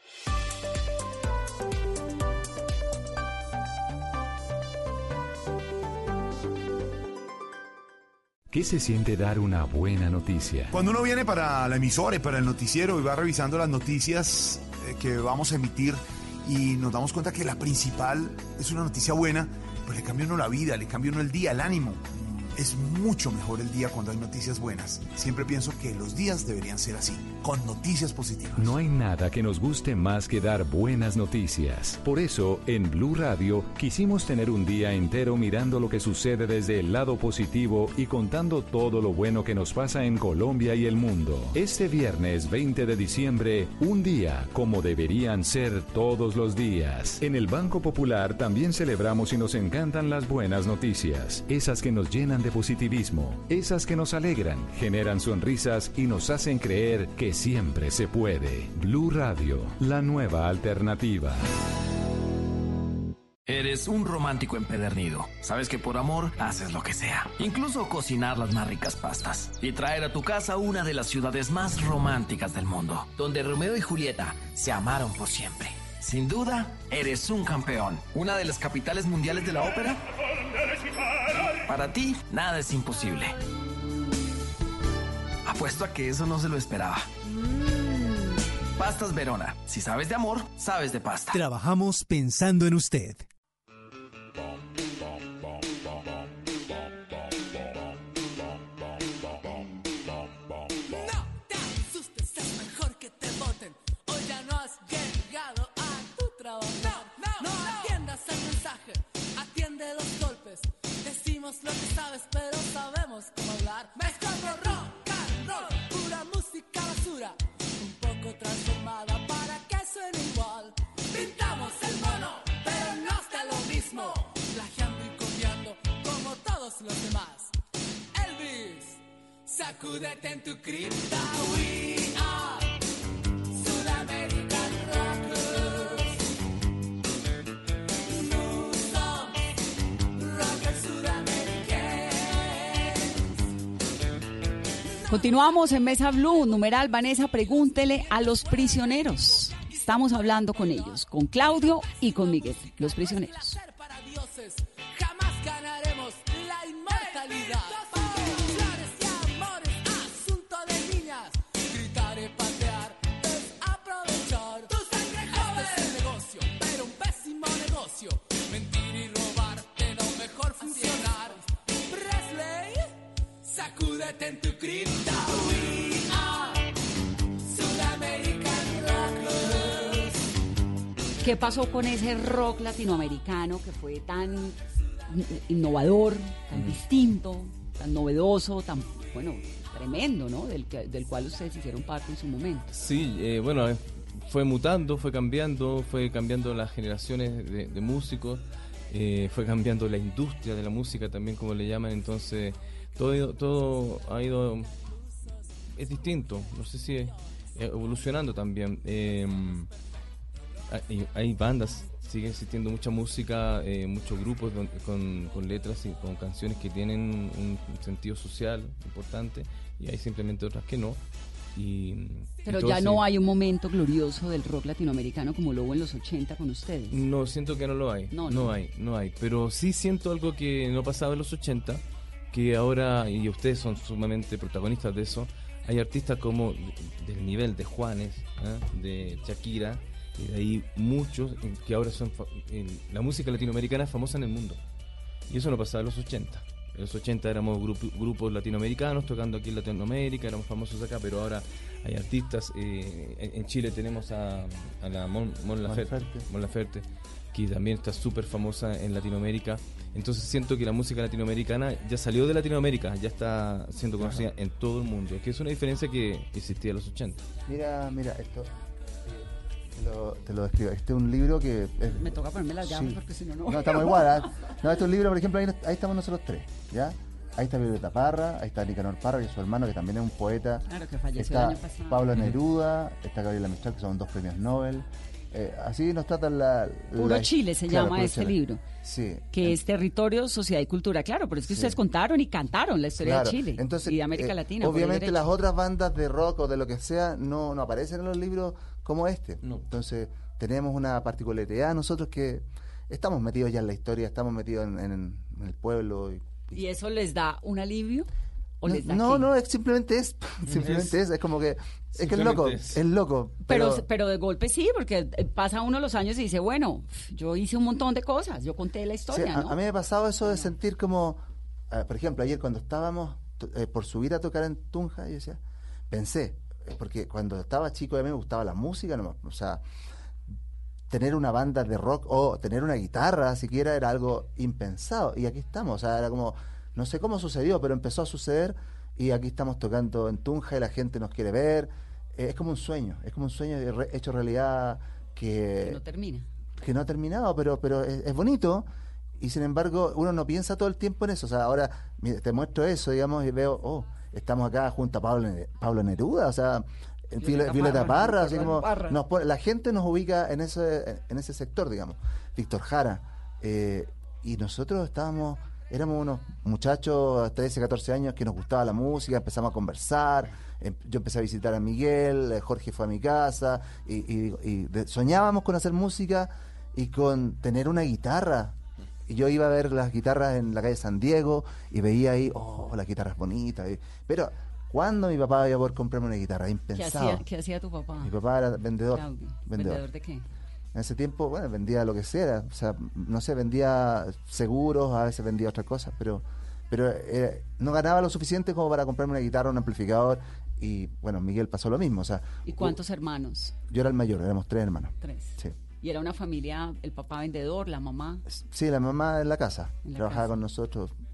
¿Qué se siente dar una buena noticia? Cuando uno viene para la emisora y para el noticiero y va revisando las noticias eh, que vamos a emitir y nos damos cuenta que la principal es una noticia buena, pues le cambia uno la vida, le cambia uno el día, el ánimo. Es mucho mejor el día cuando hay noticias buenas. Siempre pienso que los días deberían ser así, con noticias positivas. No hay nada que nos guste más que dar buenas noticias. Por eso, en Blue Radio, quisimos tener un día entero mirando lo que sucede desde el lado positivo y contando todo lo bueno que nos pasa en Colombia y el mundo. Este viernes veinte de diciembre, un día como deberían ser todos los días. En el Banco Popular también celebramos y nos encantan las buenas noticias, esas que nos llenan de positivismo, esas que nos alegran, generan sonrisas y nos hacen creer que siempre se puede. Blue Radio, la nueva alternativa. Eres un romántico empedernido. Sabes que por amor haces lo que sea. Incluso cocinar las más ricas pastas. Y traer a tu casa una de las ciudades más románticas del mundo, donde Romeo y Julieta se amaron por siempre. Sin duda, eres un campeón. Una de las capitales mundiales de la ópera. Para ti, nada es imposible. Apuesto a que eso no se lo esperaba. Mm. Pastas Verona. Si sabes de amor, sabes de pasta. Trabajamos pensando en usted. No te asustes, es mejor que te voten. Hoy ya no has llegado a tu trabajo. No, no, no atiendas el mensaje, atiende los golpes. Decimos lo que sabes, pero sabemos cómo hablar. Mezclando rock and roll, pura música basura. Un poco eco transformada para que suene igual. Pintamos el mono, pero no está lo mismo. Plagiando y copiando como todos los demás. Elvis, sacúdete en tu cripta. We are Sudamerican Rockers. Nous sommes rockers sudamericanos. Continuamos en Mesa Blue, numeral Vanessa, pregúntele a los prisioneros. Estamos hablando con ellos, con Claudio y con Miguel, los prisioneros. Para dioses, jamás ganaremos la inmortalidad. Flores y amores, asunto de niñas. Gritar y patear es aprovechar. Tu sangre joven es el negocio, pero un pésimo negocio. Mentir y robar te da un mejor funcionar. Presley, sacúdete en tu cripta. We are Sudamerican Rockers. ¿Qué pasó con ese rock latinoamericano que fue tan innovador, tan distinto, tan novedoso, tan, bueno, tremendo, ¿no? Del, que, del cual ustedes hicieron parte en su momento. Sí, eh, bueno, eh, fue mutando, fue cambiando, fue cambiando las generaciones de, de músicos, eh, fue cambiando la industria de la música también, como le llaman, entonces todo, todo ha ido, es distinto, no sé si es, evolucionando también. Eh, hay, hay bandas, sigue existiendo mucha música, eh, muchos grupos con, con, con letras y con canciones que tienen un, un sentido social importante, y hay simplemente otras que no. Y, Pero y ya así. no hay un momento glorioso del rock latinoamericano como lo hubo en los ochenta con ustedes. No, siento que no lo hay. No, no, no. hay, no hay. Pero sí siento algo que no pasaba en los ochenta, que ahora, y ustedes son sumamente protagonistas de eso, hay artistas como del nivel de Juanes, ¿eh? de Shakira, y de ahí muchos que ahora son... Fa- en, la música latinoamericana es famosa en el mundo. Y eso no pasaba en los ochenta. En los ochenta éramos grup- grupos latinoamericanos tocando aquí en Latinoamérica, éramos famosos acá, pero ahora hay artistas. Eh, en, en Chile tenemos a, a la Mon, Mon Laferte, Mon Laferte, que también está súper famosa en Latinoamérica. Entonces siento que la música latinoamericana ya salió de Latinoamérica, ya está siendo conocida en todo el mundo, que es una diferencia que existía en los ochenta. Mira, mira, esto eh, te lo, te lo describo. Este es un libro que... es- Me toca ponerme las gafas Sí. porque si no, no. No, estamos igual. ¿eh? No, este es un libro, por ejemplo, ahí, ahí estamos nosotros tres, ¿ya? Ahí está Violeta Parra, ahí está Nicanor Parra, que es su hermano, que también es un poeta. Claro, que falleció Está el año pasado. Pablo Ujú. Neruda, está Gabriela Mistral, que son dos premios Nobel. Eh, así nos tratan la... Puro la- Chile se claro, llama Puro este Chile. libro. Sí. Que es Territorio, Sociedad y Cultura. Claro, pero es que Sí. ustedes contaron y cantaron la historia Claro. de Chile Entonces, y de América eh, Latina. por el Obviamente derecho. las otras bandas de rock o de lo que sea no, no aparecen en los libros como este. Entonces tenemos una particularidad nosotros que estamos metidos ya en la historia, estamos metidos en, en- en el pueblo. Y, ¿Y eso les da un alivio? ¿O les da no, qué? no, es simplemente es, simplemente es, es como que, es que es loco, Simplemente es. es loco. Pero, Pero, pero de golpe sí, porque eh, pasa uno los años y dice, bueno, yo hice un montón de cosas, yo conté la sí, historia, a, ¿no? a mí me ha pasado eso de sentir como, eh, por ejemplo, ayer cuando estábamos to- eh, por subir a tocar en Tunja, yo decía, pensé, eh, porque cuando estaba chico a mí me gustaba la música, nomás, o sea, tener una banda de rock o tener una guitarra siquiera era algo impensado, y aquí estamos, o sea, era como, no sé cómo sucedió, pero empezó a suceder, y aquí estamos tocando en Tunja y la gente nos quiere ver. Eh, es como un sueño, es como un sueño de re- hecho realidad que, Que no termina. que no ha terminado, pero, pero es, es bonito, y sin embargo uno no piensa todo el tiempo en eso. O sea, ahora mira, te muestro eso, digamos, y veo, oh, estamos acá junto a Pablo, Ne- Pablo Neruda, o sea, en Violeta Violeta, Violeta Parra, Parra, Víctor así como Parra. nos pone- la gente nos ubica en ese, en ese sector, digamos. Víctor Jara, eh, y nosotros estábamos, éramos unos muchachos, trece, catorce años, que nos gustaba la música, empezamos a conversar, em- yo empecé a visitar a Miguel, eh, Jorge fue a mi casa, y, y- y de- soñábamos con hacer música y con tener una guitarra. Y yo iba a ver las guitarras en la calle San Diego y veía ahí, oh, las guitarras bonitas. y- Pero, ¿cuándo mi papá iba a poder comprarme una guitarra? ¿Qué Impensado. hacía, ¿Qué hacía tu papá? Mi papá era vendedor. Claudio. vendedor. ¿Vendedor de qué? En ese tiempo, bueno, vendía lo que sea, o sea, no sé, vendía seguros, a veces vendía otras cosas, pero pero eh, no ganaba lo suficiente como para comprarme una guitarra, un amplificador, y bueno, Miguel pasó lo mismo, o sea, ¿Y cuántos hermanos? yo era el mayor, éramos tres hermanos. Tres. Sí. Y era una familia, el papá vendedor, la mamá. Sí, la mamá en la casa, En la trabajaba casa. con nosotros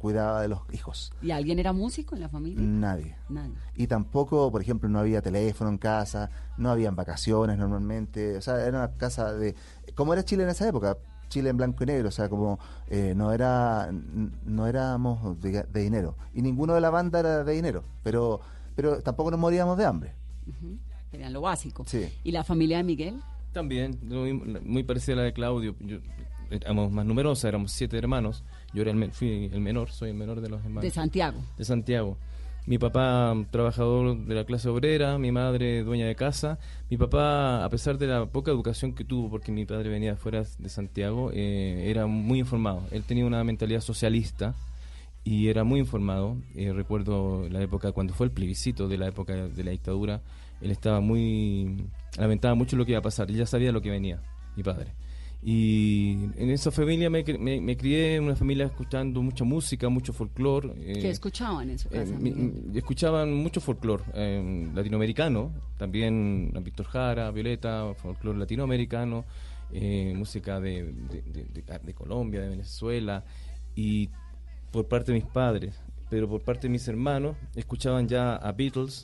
cuidaba de los hijos. ¿Y alguien era músico en la familia? Nadie. Nadie. Y tampoco, por ejemplo, no había teléfono en casa, no habían vacaciones normalmente, o sea, era una casa de... ¿Cómo era Chile en esa época? Chile en blanco y negro, o sea, como eh, no era no éramos de, de dinero. Y ninguno de la banda era de dinero, pero, pero tampoco nos moríamos de hambre. Uh-huh. Tenían lo básico. Sí. ¿Y la familia de Miguel? También, muy parecida a la de Claudio. Yo, éramos más numerosa, éramos siete hermanos. Yo era el, men- fui el menor, soy el menor de los hermanos. De Santiago. De Santiago. Mi papá, trabajador de la clase obrera, mi madre, dueña de casa. Mi papá, a pesar de la poca educación que tuvo, porque mi padre venía de fuera de Santiago, eh, era muy informado. Él tenía una mentalidad socialista y era muy informado. Eh, recuerdo la época cuando fue el plebiscito de la época de la dictadura. Él estaba muy... lamentaba mucho lo que iba a pasar. Él ya sabía lo que venía, mi padre. Y en esa familia me, me, me crié en una familia escuchando mucha música, mucho folclore. Eh, ¿Qué escuchaban en su casa? eh, mi, mi, escuchaban mucho folclore eh, latinoamericano, también Víctor Jara, Violeta, folclore latinoamericano, eh, música de, de, de, de, de Colombia, de Venezuela, y por parte de mis padres, pero por parte de mis hermanos escuchaban ya a Beatles,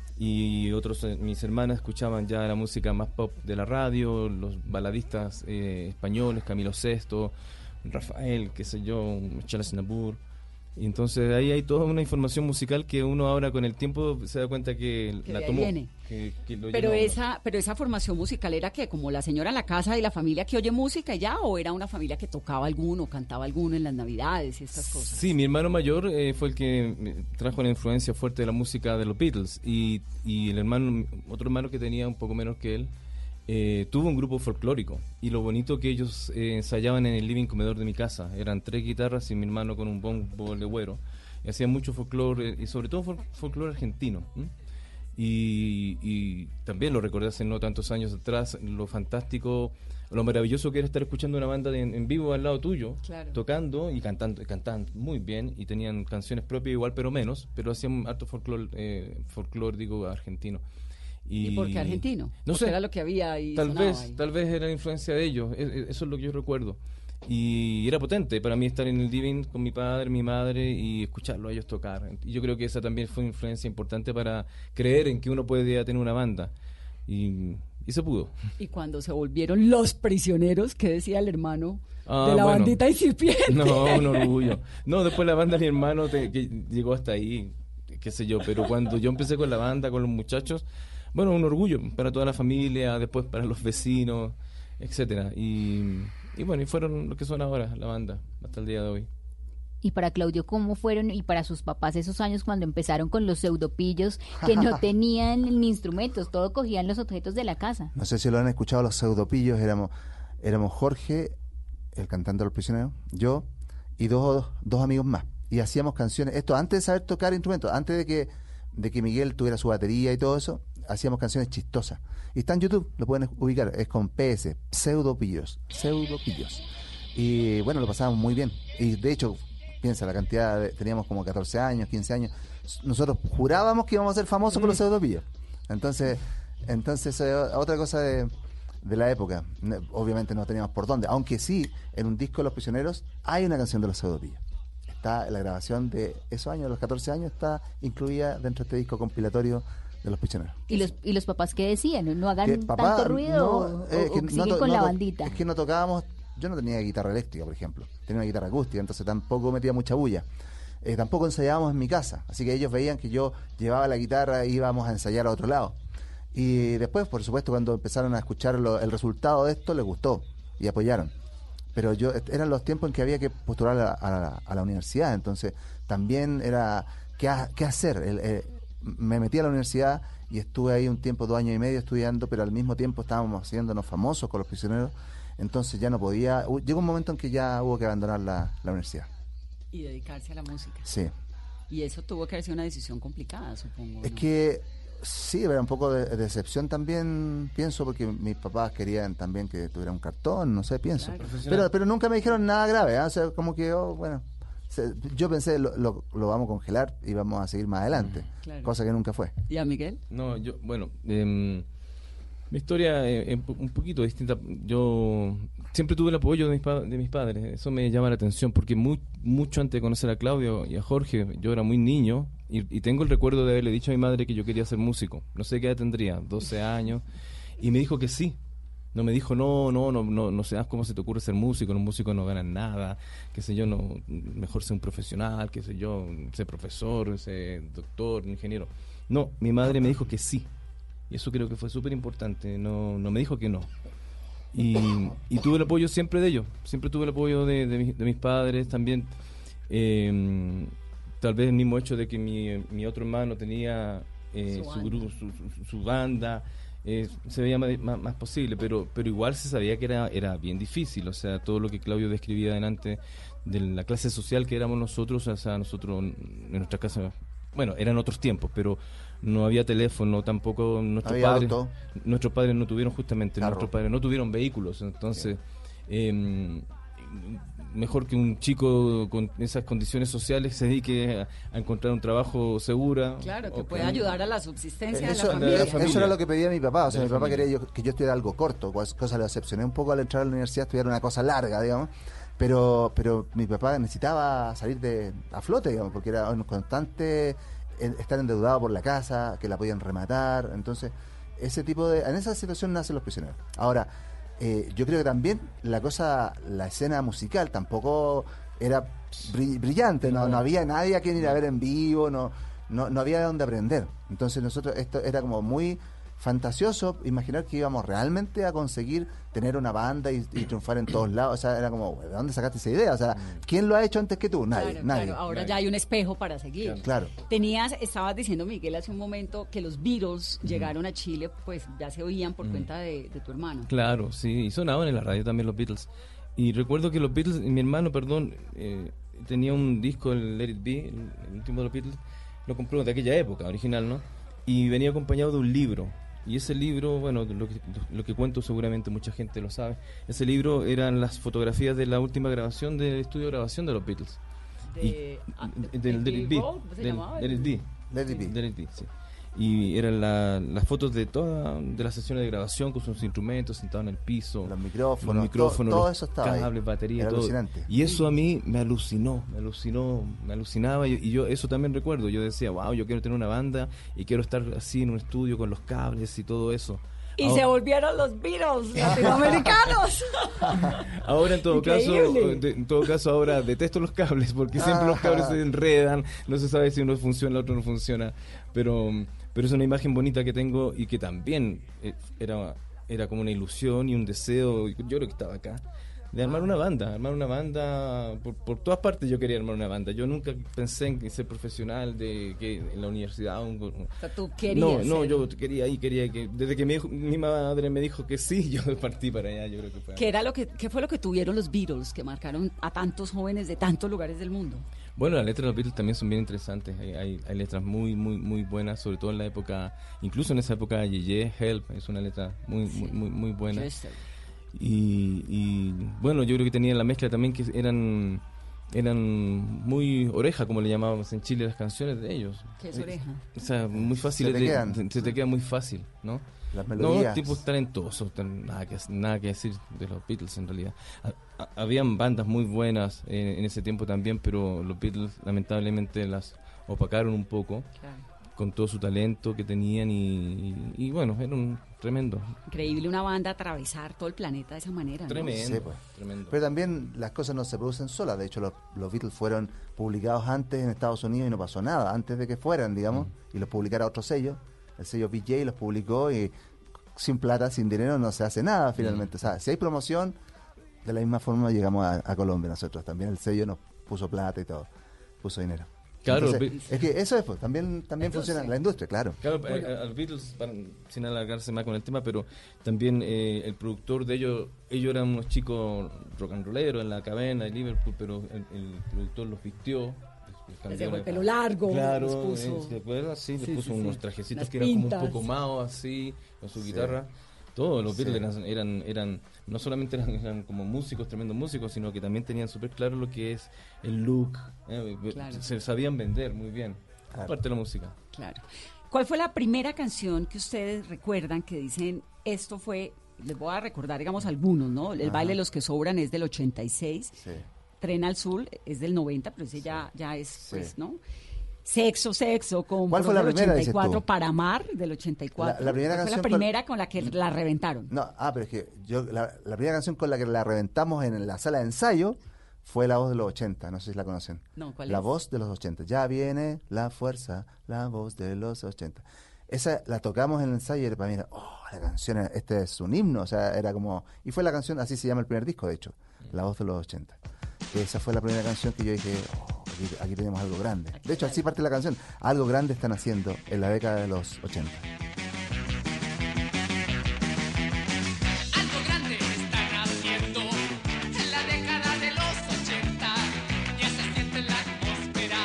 y otros, eh, mis hermanas escuchaban ya la música más pop de la radio, los baladistas eh, españoles, Camilo Sesto, Rafael, qué sé yo, Charles Aznavour. Y entonces ahí hay toda una información musical que uno ahora con el tiempo se da cuenta que, que la tomó. Viene. Que, que lo pero llenó. esa, pero esa formación musical era que como la señora en la casa y la familia que oye música y ya, o era una familia que tocaba alguno, cantaba alguno en las navidades y estas cosas. Sí, mi hermano mayor eh, fue el que trajo la influencia fuerte de la música de los Beatles, y, y el hermano, otro hermano que tenía un poco menos que él, eh, tuvo un grupo folclórico, y lo bonito que ellos eh, ensayaban en el living comedor de mi casa. Eran tres guitarras y mi hermano con un bombo legüero, y hacían mucho folclore, y sobre todo fol- folclore argentino. ¿m? Y, y también lo recordé hace no tantos años atrás, lo fantástico, lo maravilloso que era estar escuchando una banda de, en, en vivo al lado tuyo, claro, tocando y cantando, y cantaban muy bien, y tenían canciones propias igual pero menos, pero hacían harto folclore, eh, folclore digo, argentino. ¿Y, ¿Y por qué argentino? No Porque sé, era lo que había y tal sonaba vez, ahí. tal vez era la influencia de ellos, es, es, eso es lo que yo recuerdo. Y era potente para mí estar en el living con mi padre, mi madre, y escucharlo a ellos tocar. Y yo creo que esa también fue una influencia importante para creer en que uno podía tener una banda. Y, y se pudo. Y cuando se volvieron Los Prisioneros, ¿qué decía el hermano Ah, de la bueno. bandita incipiente? No, un orgullo. No, después la banda de mi hermano te, que llegó hasta ahí, qué sé yo. Pero cuando yo empecé con la banda, con los muchachos, bueno, un orgullo para toda la familia, después para los vecinos, etcétera. Y... Y bueno, y fueron lo que son ahora la banda, hasta el día de hoy. Y para Claudio, ¿cómo fueron y para sus papás esos años cuando empezaron con los pseudopillos que no tenían ni instrumentos, todo cogían los objetos de la casa? No sé si lo han escuchado, los pseudopillos, éramos, éramos Jorge, el cantante de Los Prisioneros, yo y dos, dos amigos más. Y hacíamos canciones, esto antes de saber tocar instrumentos, antes de que, de que Miguel tuviera su batería y todo eso, hacíamos canciones chistosas. Y está en YouTube, lo pueden ubicar, es con P S, pseudopillos, pseudopillos. Y bueno, lo pasábamos muy bien. Y de hecho, piensa, la cantidad, de, teníamos como catorce años, quince años. Nosotros jurábamos que íbamos a ser famosos con los pseudopillos. Entonces, entonces eh, otra cosa de, de la época. Obviamente no teníamos por dónde, aunque sí, en un disco de Los Prisioneros hay una canción de los pseudopillos. Está la grabación de esos años, de los catorce años, está incluida dentro de este disco compilatorio de Los Prisioneros. ¿Y los, y los papás qué decían? ¿No hagan Que, papá, tanto ruido no, o, eh, o que siguen no to- con no la to- bandita? Es que no tocábamos, yo no tenía guitarra eléctrica, por ejemplo, tenía una guitarra acústica, entonces tampoco metía mucha bulla. Eh, tampoco ensayábamos en mi casa, así que ellos veían que yo llevaba la guitarra e íbamos a ensayar a otro lado. Y después, por supuesto, cuando empezaron a escuchar lo, el resultado de esto, les gustó y apoyaron. Pero yo eran los tiempos en que había que postular a, a, a la universidad, entonces también era qué, ha, qué hacer. El, el, me metí a la universidad y estuve ahí un tiempo, dos años y medio estudiando, pero al mismo tiempo estábamos haciéndonos famosos con Los Prisioneros, entonces ya no podía, llegó un momento en que ya hubo que abandonar la, la universidad. Y dedicarse a la música. Sí. Y eso tuvo que haber sido una decisión complicada, supongo. Es ¿no? que sí, era un poco de, de decepción también, pienso, porque mis papás querían también que tuviera un cartón, no sé, pienso. Claro. Pero pero nunca me dijeron nada grave, ¿eh? O sea, como que, oh, bueno, se, yo pensé, lo, lo, lo vamos a congelar y vamos a seguir más adelante, Claro. cosa que nunca fue. ¿Y a Miguel? No, yo, bueno, eh, Mi historia es un poquito distinta. Yo siempre tuve el apoyo de mis, pa- de mis padres. Eso me llama la atención porque muy, mucho antes de conocer a Claudio y a Jorge, yo era muy niño y, y tengo el recuerdo de haberle dicho a mi madre que yo quería ser músico. No sé qué edad tendría, doce años, y me dijo que sí. No me dijo, no, no, no, no, no seas cómo se te ocurre ser músico, los músicos no ganan nada, qué sé yo, no, mejor ser un profesional, qué sé yo, ser profesor, ser doctor, ingeniero. No, mi madre me dijo que sí. Y eso creo que fue súper importante, no, no me dijo que no. Y, y tuve el apoyo siempre de ellos, siempre tuve el apoyo de, de, mi, de mis padres también. Eh, tal vez el mismo hecho de que mi, mi otro hermano tenía eh, su, su, grupo, su, su, su banda, eh, se veía más, más, más posible, pero, pero igual se sabía que era, era bien difícil. O sea, todo lo que Claudio describía delante de la clase social que éramos nosotros, o sea, nosotros en nuestra casa, bueno, eran otros tiempos, pero no había teléfono, tampoco nuestros había padres, auto. nuestros padres no tuvieron justamente, Carro. nuestros padres no tuvieron vehículos, entonces eh, mejor que un chico con esas condiciones sociales se dedique a, a encontrar un trabajo seguro. Claro, que o pueda ayudar a la subsistencia Eso, de la familia. eso eso era lo que pedía mi papá. O sea, De mi la papá familia. quería yo- que yo estudiara algo corto, cual- cosa lo decepcioné un poco al entrar a la universidad, estudiar una cosa larga, digamos. Pero, pero mi papá necesitaba salir de a flote, digamos, porque era un constante el estar endeudado por la casa, que la podían rematar. Entonces, ese tipo de... En esa situación nacen los prisioneros. Ahora, eh, yo creo que también la cosa, la escena musical tampoco era bri- brillante, no, no había nadie a quien ir a ver en vivo, no, no, no había de dónde aprender. Entonces nosotros, esto era como muy fantasioso imaginar que íbamos realmente a conseguir tener una banda y, y triunfar en todos lados. O sea, era como, ¿de dónde sacaste esa idea? O sea, ¿quién lo ha hecho antes que tú? Nadie, Claro, nadie. claro, ahora ya hay un espejo para seguir. Claro. Tenías, estabas diciendo, Miguel, hace un momento que los Beatles Ujú. llegaron a Chile, pues ya se oían por Ujú. cuenta de, de tu hermano. Claro, sí, y sonaban en la radio también los Beatles. Y recuerdo que los Beatles, mi hermano, perdón, eh, tenía un disco, el Let It Be, el, el último de los Beatles, lo compró de aquella época, original, ¿no? Y venía acompañado de un libro. Y ese libro, bueno, lo que, lo que cuento seguramente mucha gente lo sabe, ese libro eran las fotografías de la última grabación del estudio de grabación de los Beatles. De, y, del Let It Be, ¿cómo se del llamaba? Let It Be. Let It Be. Let It Be, sí. Y eran la- las fotos de todas de las sesiones de grabación con sus instrumentos sentados en el piso, los micrófonos, los micrófonos, todo- todo los eso estaba ahí. cables, baterías, Era todo. alucinante. Y eso a mí me alucinó, me alucinó, me alucinaba y, y yo eso también recuerdo. Yo decía, wow, yo quiero tener una banda y quiero estar así en un estudio con los cables y todo eso. Y Ahora- se volvieron los Beatles latinoamericanos. Ahora en todo Increíble. caso, de- en todo caso ahora detesto los cables porque siempre los cables se enredan, no se sabe si uno funciona, el otro no funciona, pero pero es una imagen bonita que tengo y que también eh, era era como una ilusión y un deseo, yo creo que estaba acá, de armar una banda, armar una banda por, por todas partes. Yo quería armar una banda. Yo nunca pensé en ser profesional de que en la universidad. Un, un- O sea, tú no, querías no, ser. yo quería y quería que desde que mi, hijo- mi madre me dijo que sí, yo partí para allá. Yo creo que fue. ¿Qué era lo que, qué fue lo que tuvieron los Beatles que marcaron a tantos jóvenes de tantos lugares del mundo? Bueno, las letras de los Beatles también son bien interesantes. Hay, hay, hay letras muy, muy, muy buenas, sobre todo en la época, incluso en esa época, Yeye, Help, es una letra muy, muy, muy, muy buena. Chester. Y, y bueno, yo creo que tenían la mezcla también que eran eran muy oreja, como le llamábamos en Chile las canciones de ellos. ¿Qué es oreja? O sea, muy fácil. Se te de- quedan. Se, se te queda muy fácil, ¿no? Las No, melodías. tipos talentosos, tan- nada que, nada que decir de los Beatles en realidad. Ha- ha- habían bandas muy buenas eh, en ese tiempo también, pero los Beatles lamentablemente las opacaron un poco con todo su talento que tenían y, y, y bueno, era un tremendo. Increíble una banda atravesar todo el planeta de esa manera, ¿no? Tremendo. Sí, pues. Tremendo. Pero también las cosas no se producen solas. De hecho, los, los Beatles fueron publicados antes en Estados Unidos y no pasó nada, antes de que fueran, digamos, y los publicara otro sello. El sello V J los publicó y sin plata, sin dinero, no se hace nada finalmente. O sea, si hay promoción, de la misma forma llegamos a, a Colombia nosotros. También el sello nos puso plata y todo, puso dinero. Claro, Entonces, Be- es que eso es, pues, también, también La funciona industria. la industria, claro. Claro, a, a- a los Beatles, para- sin alargarse más con el tema, pero también eh, el productor de ellos, ellos eran unos chicos rock and rolleros en la cadena de Liverpool, pero el, el productor los vistió. les cambió dejó el la- pelo largo, Claro, les puso- eh, ¿te acuerdas? Sí, les Sí, puso sí, unos sí. trajecitos Unas que eran como pintas. un poco maos así, con su Sí. guitarra. Todos los Sí. Beatles eran, eran, eran, no solamente eran, eran como músicos, tremendos músicos, sino que también tenían súper claro lo que es el look. eh, Claro. Se sabían vender muy bien, Claro. aparte de la música. Claro. ¿Cuál fue la primera canción que ustedes recuerdan que dicen, esto fue, les voy a recordar, digamos, algunos, ¿no? El Ajá. baile de los que sobran es del ochenta y seis, Sí. Tren al Sur es del noventa, pero ese ya, ya es, Sí. pues, ¿no? Sexo, sexo, con ¿Cuál fue la del primera, dices ochenta y cuatro, tú? Para Amar, del ochenta y cuatro. La- la primera Fue canción la con- primera con la que la reventaron. No, ah, pero es que yo, la, la primera canción con la que la reventamos en la sala de ensayo fue La Voz de los ochenta, no sé si la conocen. No, ¿cuál La es? Voz de los ochenta. Ya viene la fuerza, la voz de los ochenta. Esa la tocamos en el ensayo y era para mí, era, oh, la canción, este es un himno, o sea, era como... Y fue la canción, así se llama el primer disco, de hecho, La Voz de los ochenta. Esa fue la primera canción que yo dije, oh, aquí, aquí tenemos algo grande. De hecho, así parte la canción. Algo grande están haciendo en la década de los ochenta. Algo grande están haciendo en la década de los ochenta. Ya se siente la atmósfera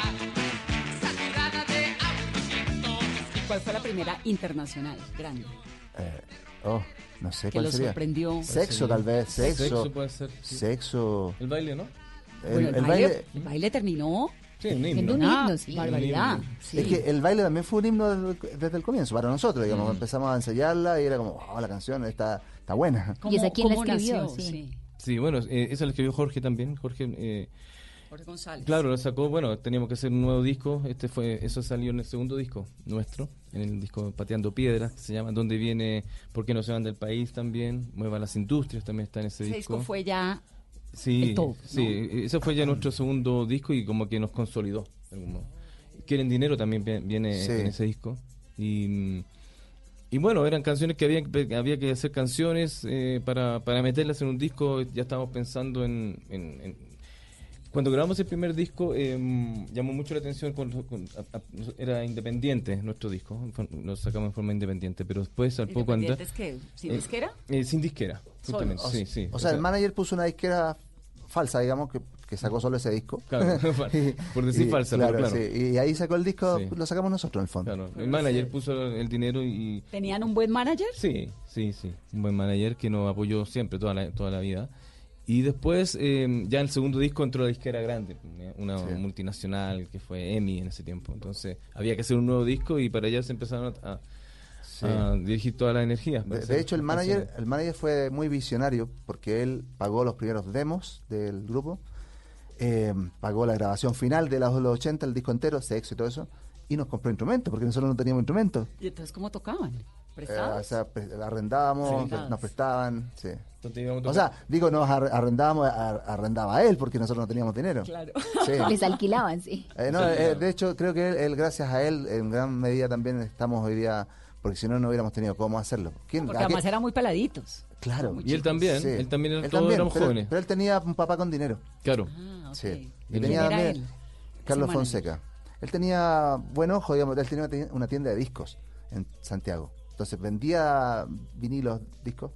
saturada de aburrimiento. ¿Y cuál fue la primera internacional grande? Eh, oh, no sé Que cuál lo sería. sorprendió. Sexo, tal vez. Sexo. Sexo puede ser, sí. Sexo. El baile, ¿no? El, Bueno, el, el baile, baile. el baile terminó Sí, un siendo un himno. himno, sí. barbaridad. Un himno. Sí. Es que el baile también fue un himno desde, desde el comienzo, para nosotros, digamos. Mm. Empezamos a ensayarla y era como, oh, la canción está, está buena. ¿Y esa quién la cómo escribió? nació? Sí. Sí, bueno, eh, esa la escribió Jorge también. Jorge, eh, Jorge González. claro, lo sacó, bueno, teníamos que hacer un nuevo disco. Este fue, eso salió en el segundo disco nuestro, en el disco Pateando Piedras, que se llama Donde viene, ¿Por qué no se van del país? También, Mueva las Industrias, también está en ese, Ese disco. disco fue ya Sí, el top, ¿no? sí, ese fue ya nuestro segundo disco y como que nos consolidó. de algún modo. Quieren Dinero también vi- viene Sí. en ese disco. Y, y bueno, eran canciones que había, que- había que hacer canciones eh, para, para meterlas en un disco. Ya estábamos pensando en... en- en- cuando grabamos el primer disco, eh, llamó mucho la atención, con, con- a- a- era independiente nuestro disco, lo sacamos en forma independiente, pero después al poco andar... ¿Independientes qué? ¿Sin eh, disquera? eh, sin disquera, justamente, O, sí, sí. o sea, el manager puso una disquera falsa, digamos, que, que sacó solo ese disco. Claro, por decir Y, falsa, claro, pero claro. sí, y ahí sacó el disco, Sí. lo sacamos nosotros en el fondo. Claro, el manager puso el dinero y... ¿Tenían un buen manager? Sí, sí, sí, un buen manager que nos apoyó siempre, toda la, toda la vida. Y después, eh, ya en el segundo disco entró la disquera grande, una Sí. multinacional que fue EMI en ese tiempo. Entonces había que hacer un nuevo disco y para allá se empezaron a, a- Sí. a dirigir todas las energías. para De, hacer de hecho, el manager, canciones. el manager fue muy visionario porque él pagó los primeros demos del grupo, eh, pagó la grabación final de la voz de los ochenta, el disco entero, sexo y todo eso, y nos compró instrumentos porque nosotros no teníamos instrumentos. ¿Y entonces cómo tocaban? Eh, ¿Prestados? o sea, pre- arrendábamos, Sí. nos prestaban, sí. Entonces íbamos a O tocar- sea, digo, nos ar- arrendábamos, ar- arrendaba a él porque nosotros no teníamos dinero. Claro. Sí. Les alquilaban, sí. Eh, no, eh, de hecho, creo que él, él, gracias a él, en gran medida también estamos hoy día, porque si no, no hubiéramos tenido cómo hacerlo. ¿Quién- Porque a qué- además eran muy peladitos. Claro. Muy Y él también, Sí. él también, Él todos también, éramos pero, jóvenes. pero él tenía un papá con dinero. Claro. Ah, ok. Sí. ¿Y Y quién tenía era también él? Carlos Ese Fonseca. Él tenía buen ojo, digamos, él tenía una ti- una tienda de discos en Santiago. Entonces vendía vinilos, discos,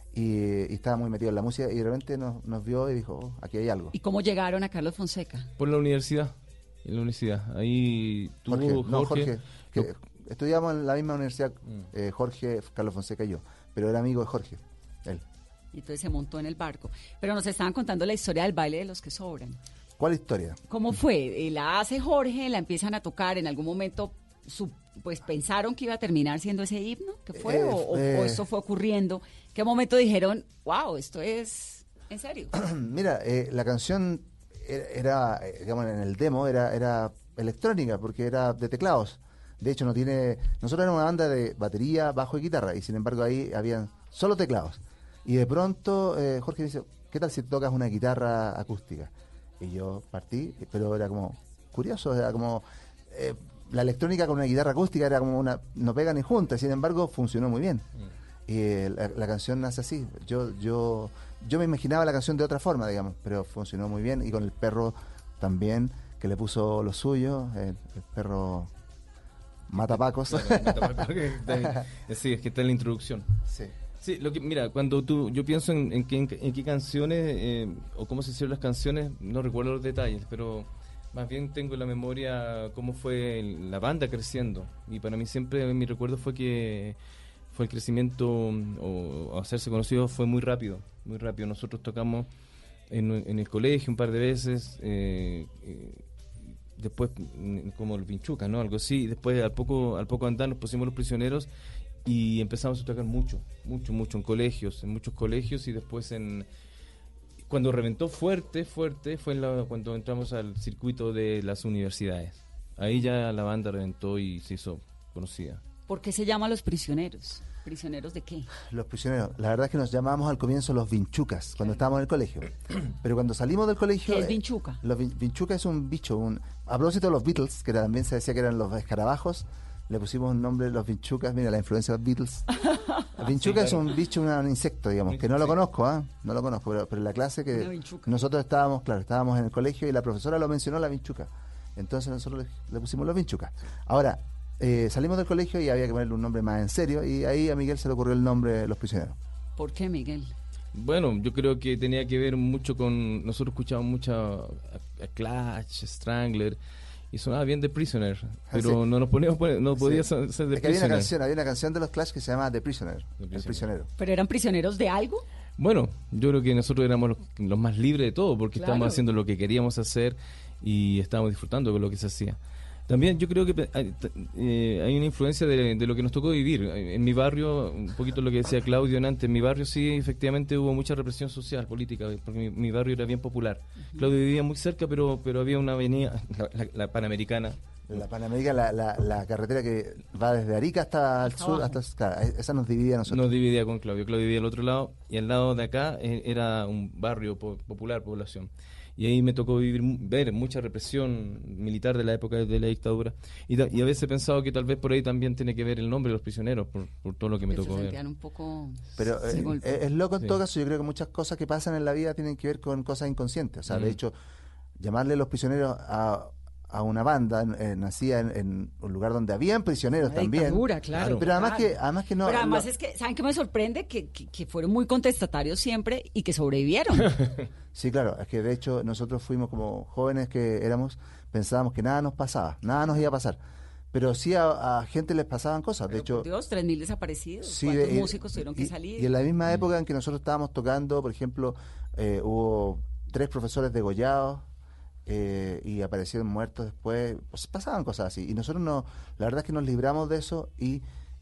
y, y estaba muy metido en la música, y de repente nos, nos vio y dijo, oh, aquí hay algo. ¿Y cómo llegaron a Carlos Fonseca? Por la universidad. En la universidad. Ahí tuvo Jorge, Jorge. no, Jorge, que lo- estudiamos en la misma universidad, Mm. eh, Jorge, Carlos Fonseca y yo, pero era amigo de Jorge, él. Y entonces se montó en el barco. Pero nos estaban contando la historia del baile de los que sobran. ¿Cuál historia? ¿Cómo fue? Eh, La hace Jorge, la empiezan a tocar, en algún momento su- pues pensaron que iba a terminar siendo ese himno, ¿qué fue? Eh, o, o- eh. o esto fue ocurriendo? ¿Qué momento dijeron, wow, esto es en serio? Mira, eh, la canción era, era, eh, digamos, en el demo era, era electrónica, porque era de teclados. De hecho, no tiene. Nosotros éramos una banda de batería, bajo y guitarra, y sin embargo ahí habían solo teclados. Y de pronto eh, Jorge dice, ¿qué tal si tocas una guitarra acústica? Y yo partí, pero era como curioso, era como eh, la electrónica con una guitarra acústica era como una, no pegan ni juntas, sin embargo funcionó muy bien. Y eh, la, la canción nace así. Yo, yo, yo me imaginaba la canción de otra forma, digamos, pero funcionó muy bien, y con el perro también, que le puso lo suyo, el, el perro Matapacos. Claro, Matapacos, que está ahí. Sí, es que está en la introducción. Sí. Sí, lo que, mira, cuando tú, yo pienso en, en, qué, en, qué- en qué canciones eh, o cómo se hicieron las canciones, no recuerdo los detalles, pero más bien tengo en la memoria cómo fue el- la banda creciendo. Y para mí siempre mi recuerdo fue que fue el crecimiento o, o hacerse conocido fue muy rápido, muy rápido. Nosotros tocamos en, en el colegio un par de veces, eh, eh, después mm, como el Pinchuca, ¿no? Algo así, y después al poco, al poco andar nos pusimos Los Prisioneros. y empezamos a tocar mucho, mucho, mucho en colegios, en muchos colegios, y después en... Cuando reventó fuerte, fuerte, fue en la, cuando entramos al circuito de las universidades. Ahí ya la banda reventó y se hizo conocida. ¿Por qué se llama Los Prisioneros? ¿Prisioneros de qué? Los prisioneros. La verdad es que nos llamábamos al comienzo los vinchucas, cuando estábamos en el colegio. Pero cuando salimos del colegio... ¿Qué es eh, vinchuca? Los vin- vinchuca es un bicho. Un, a propósito de los Beatles, que era- también se decía que eran los escarabajos, le pusimos un nombre, los vinchucas. Mira, la influencia de los Beatles. La vinchuca Sí, es claro. un bicho, una- un insecto, digamos, que no lo conozco, ¿ah? No lo conozco, pero, pero en la clase Una que vinchuca. nosotros estábamos, claro, estábamos en el colegio y la profesora lo mencionó, la vinchuca. Entonces nosotros le, le pusimos los vinchucas. Ahora, eh, salimos del colegio y había que ponerle un nombre más en serio, y ahí a Miguel se le ocurrió el nombre Los Prisioneros. ¿Por qué, Miguel? Bueno, yo creo que tenía que ver mucho con... Nosotros escuchábamos mucho a, a Clash, Strangler, y sonaba bien The Prisoner, pero Sí. no nos poníamos, no podía Sí. ser ser The Es que había una Prisoner. canción, había una canción de los Clash que se llama The Prisoner, el prisionero. ¿Pero eran prisioneros de algo? Bueno, yo creo que nosotros éramos los, los más libres de todo, porque Claro. estábamos haciendo lo que queríamos hacer y estábamos disfrutando con lo que se hacía. También yo creo que hay, eh, hay una influencia de, de lo que nos tocó vivir. En mi barrio, un poquito lo que decía Claudio antes, en mi barrio sí, efectivamente hubo mucha represión social, política, porque mi, mi barrio era bien popular. Claudio vivía muy cerca, pero pero había una avenida, la, la- la Panamericana. La Panamericana, la, la, la carretera que va desde Arica hasta el sur, hasta, claro, esa nos dividía a nosotros. Nos dividía con Claudio. Claudio vivía al otro lado, y al lado de acá eh, era un barrio po- popular, población. Y ahí me tocó vivir, mu- ver mucha represión militar de la época de la dictadura. Y, ta- y a veces he pensado que tal vez por ahí también tiene que ver el nombre de los prisioneros, por, por todo lo que me Que tocó se ver. sentían un poco... Pero se eh, golpeó. es, es loco en Sí. todo caso. Yo creo que muchas cosas que pasan en la vida tienen que ver con cosas inconscientes. O sea, de Mm. hecho, llamarle Los Prisioneros a, a una banda eh, nacida en, en un lugar donde habían prisioneros Una también. dictadura, claro. Pero además Claro. que, además que no. Pero además lo- es que, ¿saben qué me sorprende? Que, que, que fueron muy contestatarios siempre y que sobrevivieron. Sí, claro, es que de hecho nosotros fuimos como jóvenes que éramos, pensábamos que nada nos pasaba, nada nos iba a pasar. Pero sí a, a gente les pasaban cosas. De hecho, Por Dios, tres mil desaparecidos. sí, ¿Cuántos de- músicos tuvieron que y, salir? y en la misma época en que nosotros estábamos tocando, por ejemplo, eh, hubo tres profesores degollados eh, y aparecieron muertos después. Pues pasaban cosas así. Y nosotros no, la verdad es que nos libramos de eso y,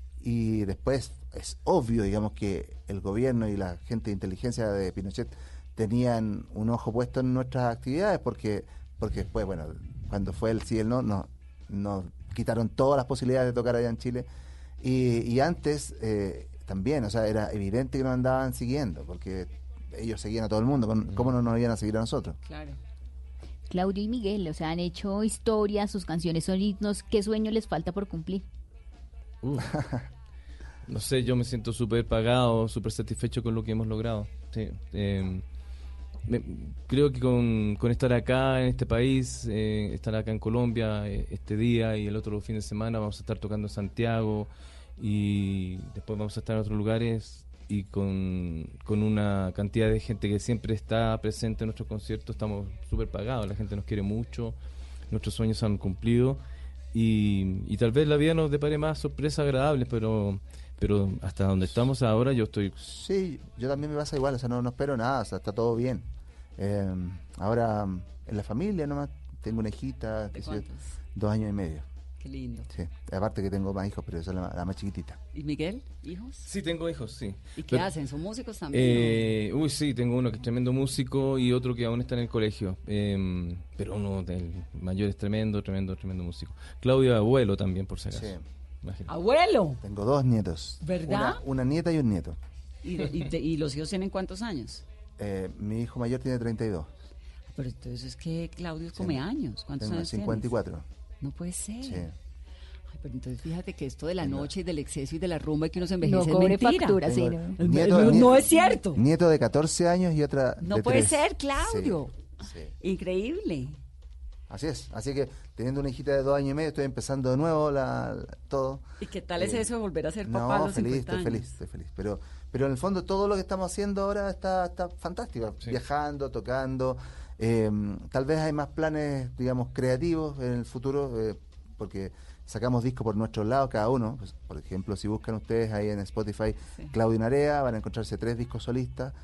y después es obvio, digamos, que el gobierno y la gente de inteligencia de Pinochet tenían un ojo puesto en nuestras actividades porque porque después, bueno, cuando fue el sí y el no, nos, nos quitaron todas las posibilidades de tocar allá en Chile. Y, y antes eh, también, o sea, era evidente que nos andaban siguiendo, porque ellos seguían a todo el mundo, ¿cómo- ¿cómo no nos iban a seguir a nosotros? Claro. Claudio y Miguel, o sea, han hecho historia, sus canciones son himnos. ¿Qué sueño les falta por cumplir? Uh. No sé, yo me siento súper pagado, súper satisfecho con lo que hemos logrado. Sí, eh, me- creo que con, con estar acá en este país, eh, estar acá en Colombia eh, este día y el otro fin de semana, vamos a estar tocando en Santiago y después vamos a estar en otros lugares, y con, con una cantidad de gente que siempre está presente en nuestros conciertos, estamos súper pagados, la gente nos quiere mucho, nuestros sueños se han cumplido, y, y tal vez la vida nos depare más sorpresas agradables, pero pero hasta donde estamos ahora yo estoy... Sí, yo también me pasa igual, o sea, no, no espero nada, o sea, está todo bien. Eh, ahora, en la familia nomás, tengo una hijita, ¿De que sé yo, cuántos? dos años y medio. Qué lindo. Sí, aparte que tengo más hijos, pero esa es la, la más chiquitita. ¿Y Miguel? ¿Hijos? Sí, tengo hijos, sí. ¿Y qué Pero- hacen? ¿Son músicos también? Eh, uy, sí, tengo uno que es tremendo músico y otro que aún está en el colegio. Eh, pero uno del mayor es tremendo, tremendo, tremendo músico. Claudio abuelo también, por si acaso. Sí. Imagínate. ¡Abuelo! Tengo dos nietos. ¿Verdad? Una, una nieta y un nieto. ¿Y, y, de- y los hijos tienen cuántos años? Eh, mi hijo mayor tiene treinta y dos. Pero entonces es que Claudio Sí. come años. ¿Cuántos Tengo años cincuenta y cuatro. tienes? No puede ser. Sí. Ay, pero entonces fíjate que esto de la Tengo- noche y del exceso y de la rumba y que uno se envejece No cobre es mentira. factura, sí, Tengo ¿no? Es- nieto- no, nie- no es cierto. Nieto de catorce años y otra No de puede tres. ser, Claudio. Sí, sí. Increíble. Así es. Así que teniendo una hijita de dos años y medio, estoy empezando de nuevo la, la- todo. ¿Y qué tal es Eh, eso de volver a ser papá a No, los feliz, cincuenta estoy años? feliz, estoy feliz. Pero, pero en el fondo todo lo que estamos haciendo ahora está, está fantástico. Sí. Viajando, tocando. Eh, tal vez hay más planes, digamos, creativos en el futuro, eh, porque sacamos discos por nuestros lados cada uno. Pues, por ejemplo, si buscan ustedes ahí en Spotify Sí. Claudio Narea, van a encontrarse tres discos solistas.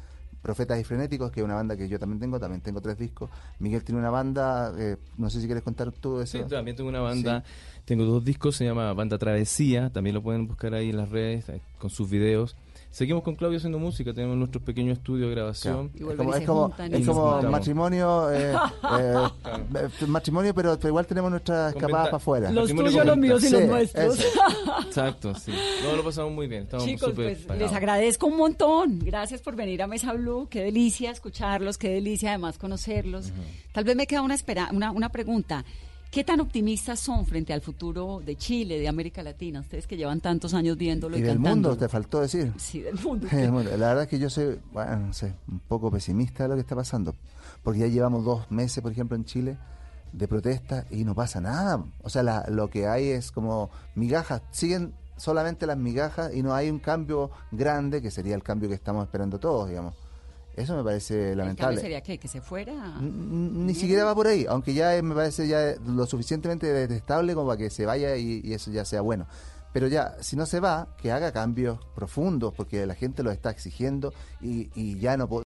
Profetas y Frenéticos, que es una banda que yo también tengo, también tengo tres discos. Miguel tiene una banda, eh, no sé si quieres contar tú eso. Sí, también tengo una banda, sí. Tengo dos discos, se llama Banda Travesía, también lo pueden buscar ahí en las redes, con sus videos. Seguimos con Claudio haciendo música, tenemos nuestro pequeño estudio de grabación. Claro. Es como, es como, es como matrimonio, eh, eh, claro. matrimonio, pero, pero igual tenemos nuestras escapadas para afuera. Los tuyos, los míos y sí, los nuestros. Exacto, sí. No, lo pasamos muy bien, estamos Chicos, súper pues pagados. les agradezco un montón. Gracias por venir a Mesa Blue. Qué delicia escucharlos, qué delicia además conocerlos. Uh-huh. Tal vez me queda una, espera, una, una pregunta. ¿Qué tan optimistas son frente al futuro de Chile, de América Latina? Ustedes que llevan tantos años viéndolo y, y del cantándolo. mundo, te faltó decir. Sí, del mundo. del mundo. La verdad es que yo soy, bueno, no sé, un poco pesimista de lo que está pasando. Porque ya llevamos dos meses, por ejemplo, en Chile, de protesta y no pasa nada. O sea, la, lo que hay es como migajas. Siguen solamente las migajas y no hay un cambio grande, que sería el cambio que estamos esperando todos, digamos. Eso me parece lamentable. ¿El cambio sería qué? ¿Que se fuera? Ni siquiera va por ahí, aunque ya me parece ya lo suficientemente detestable como para que se vaya y, y eso ya sea bueno. Pero ya, si no se va, que haga cambios profundos, porque la gente lo está exigiendo y, y ya no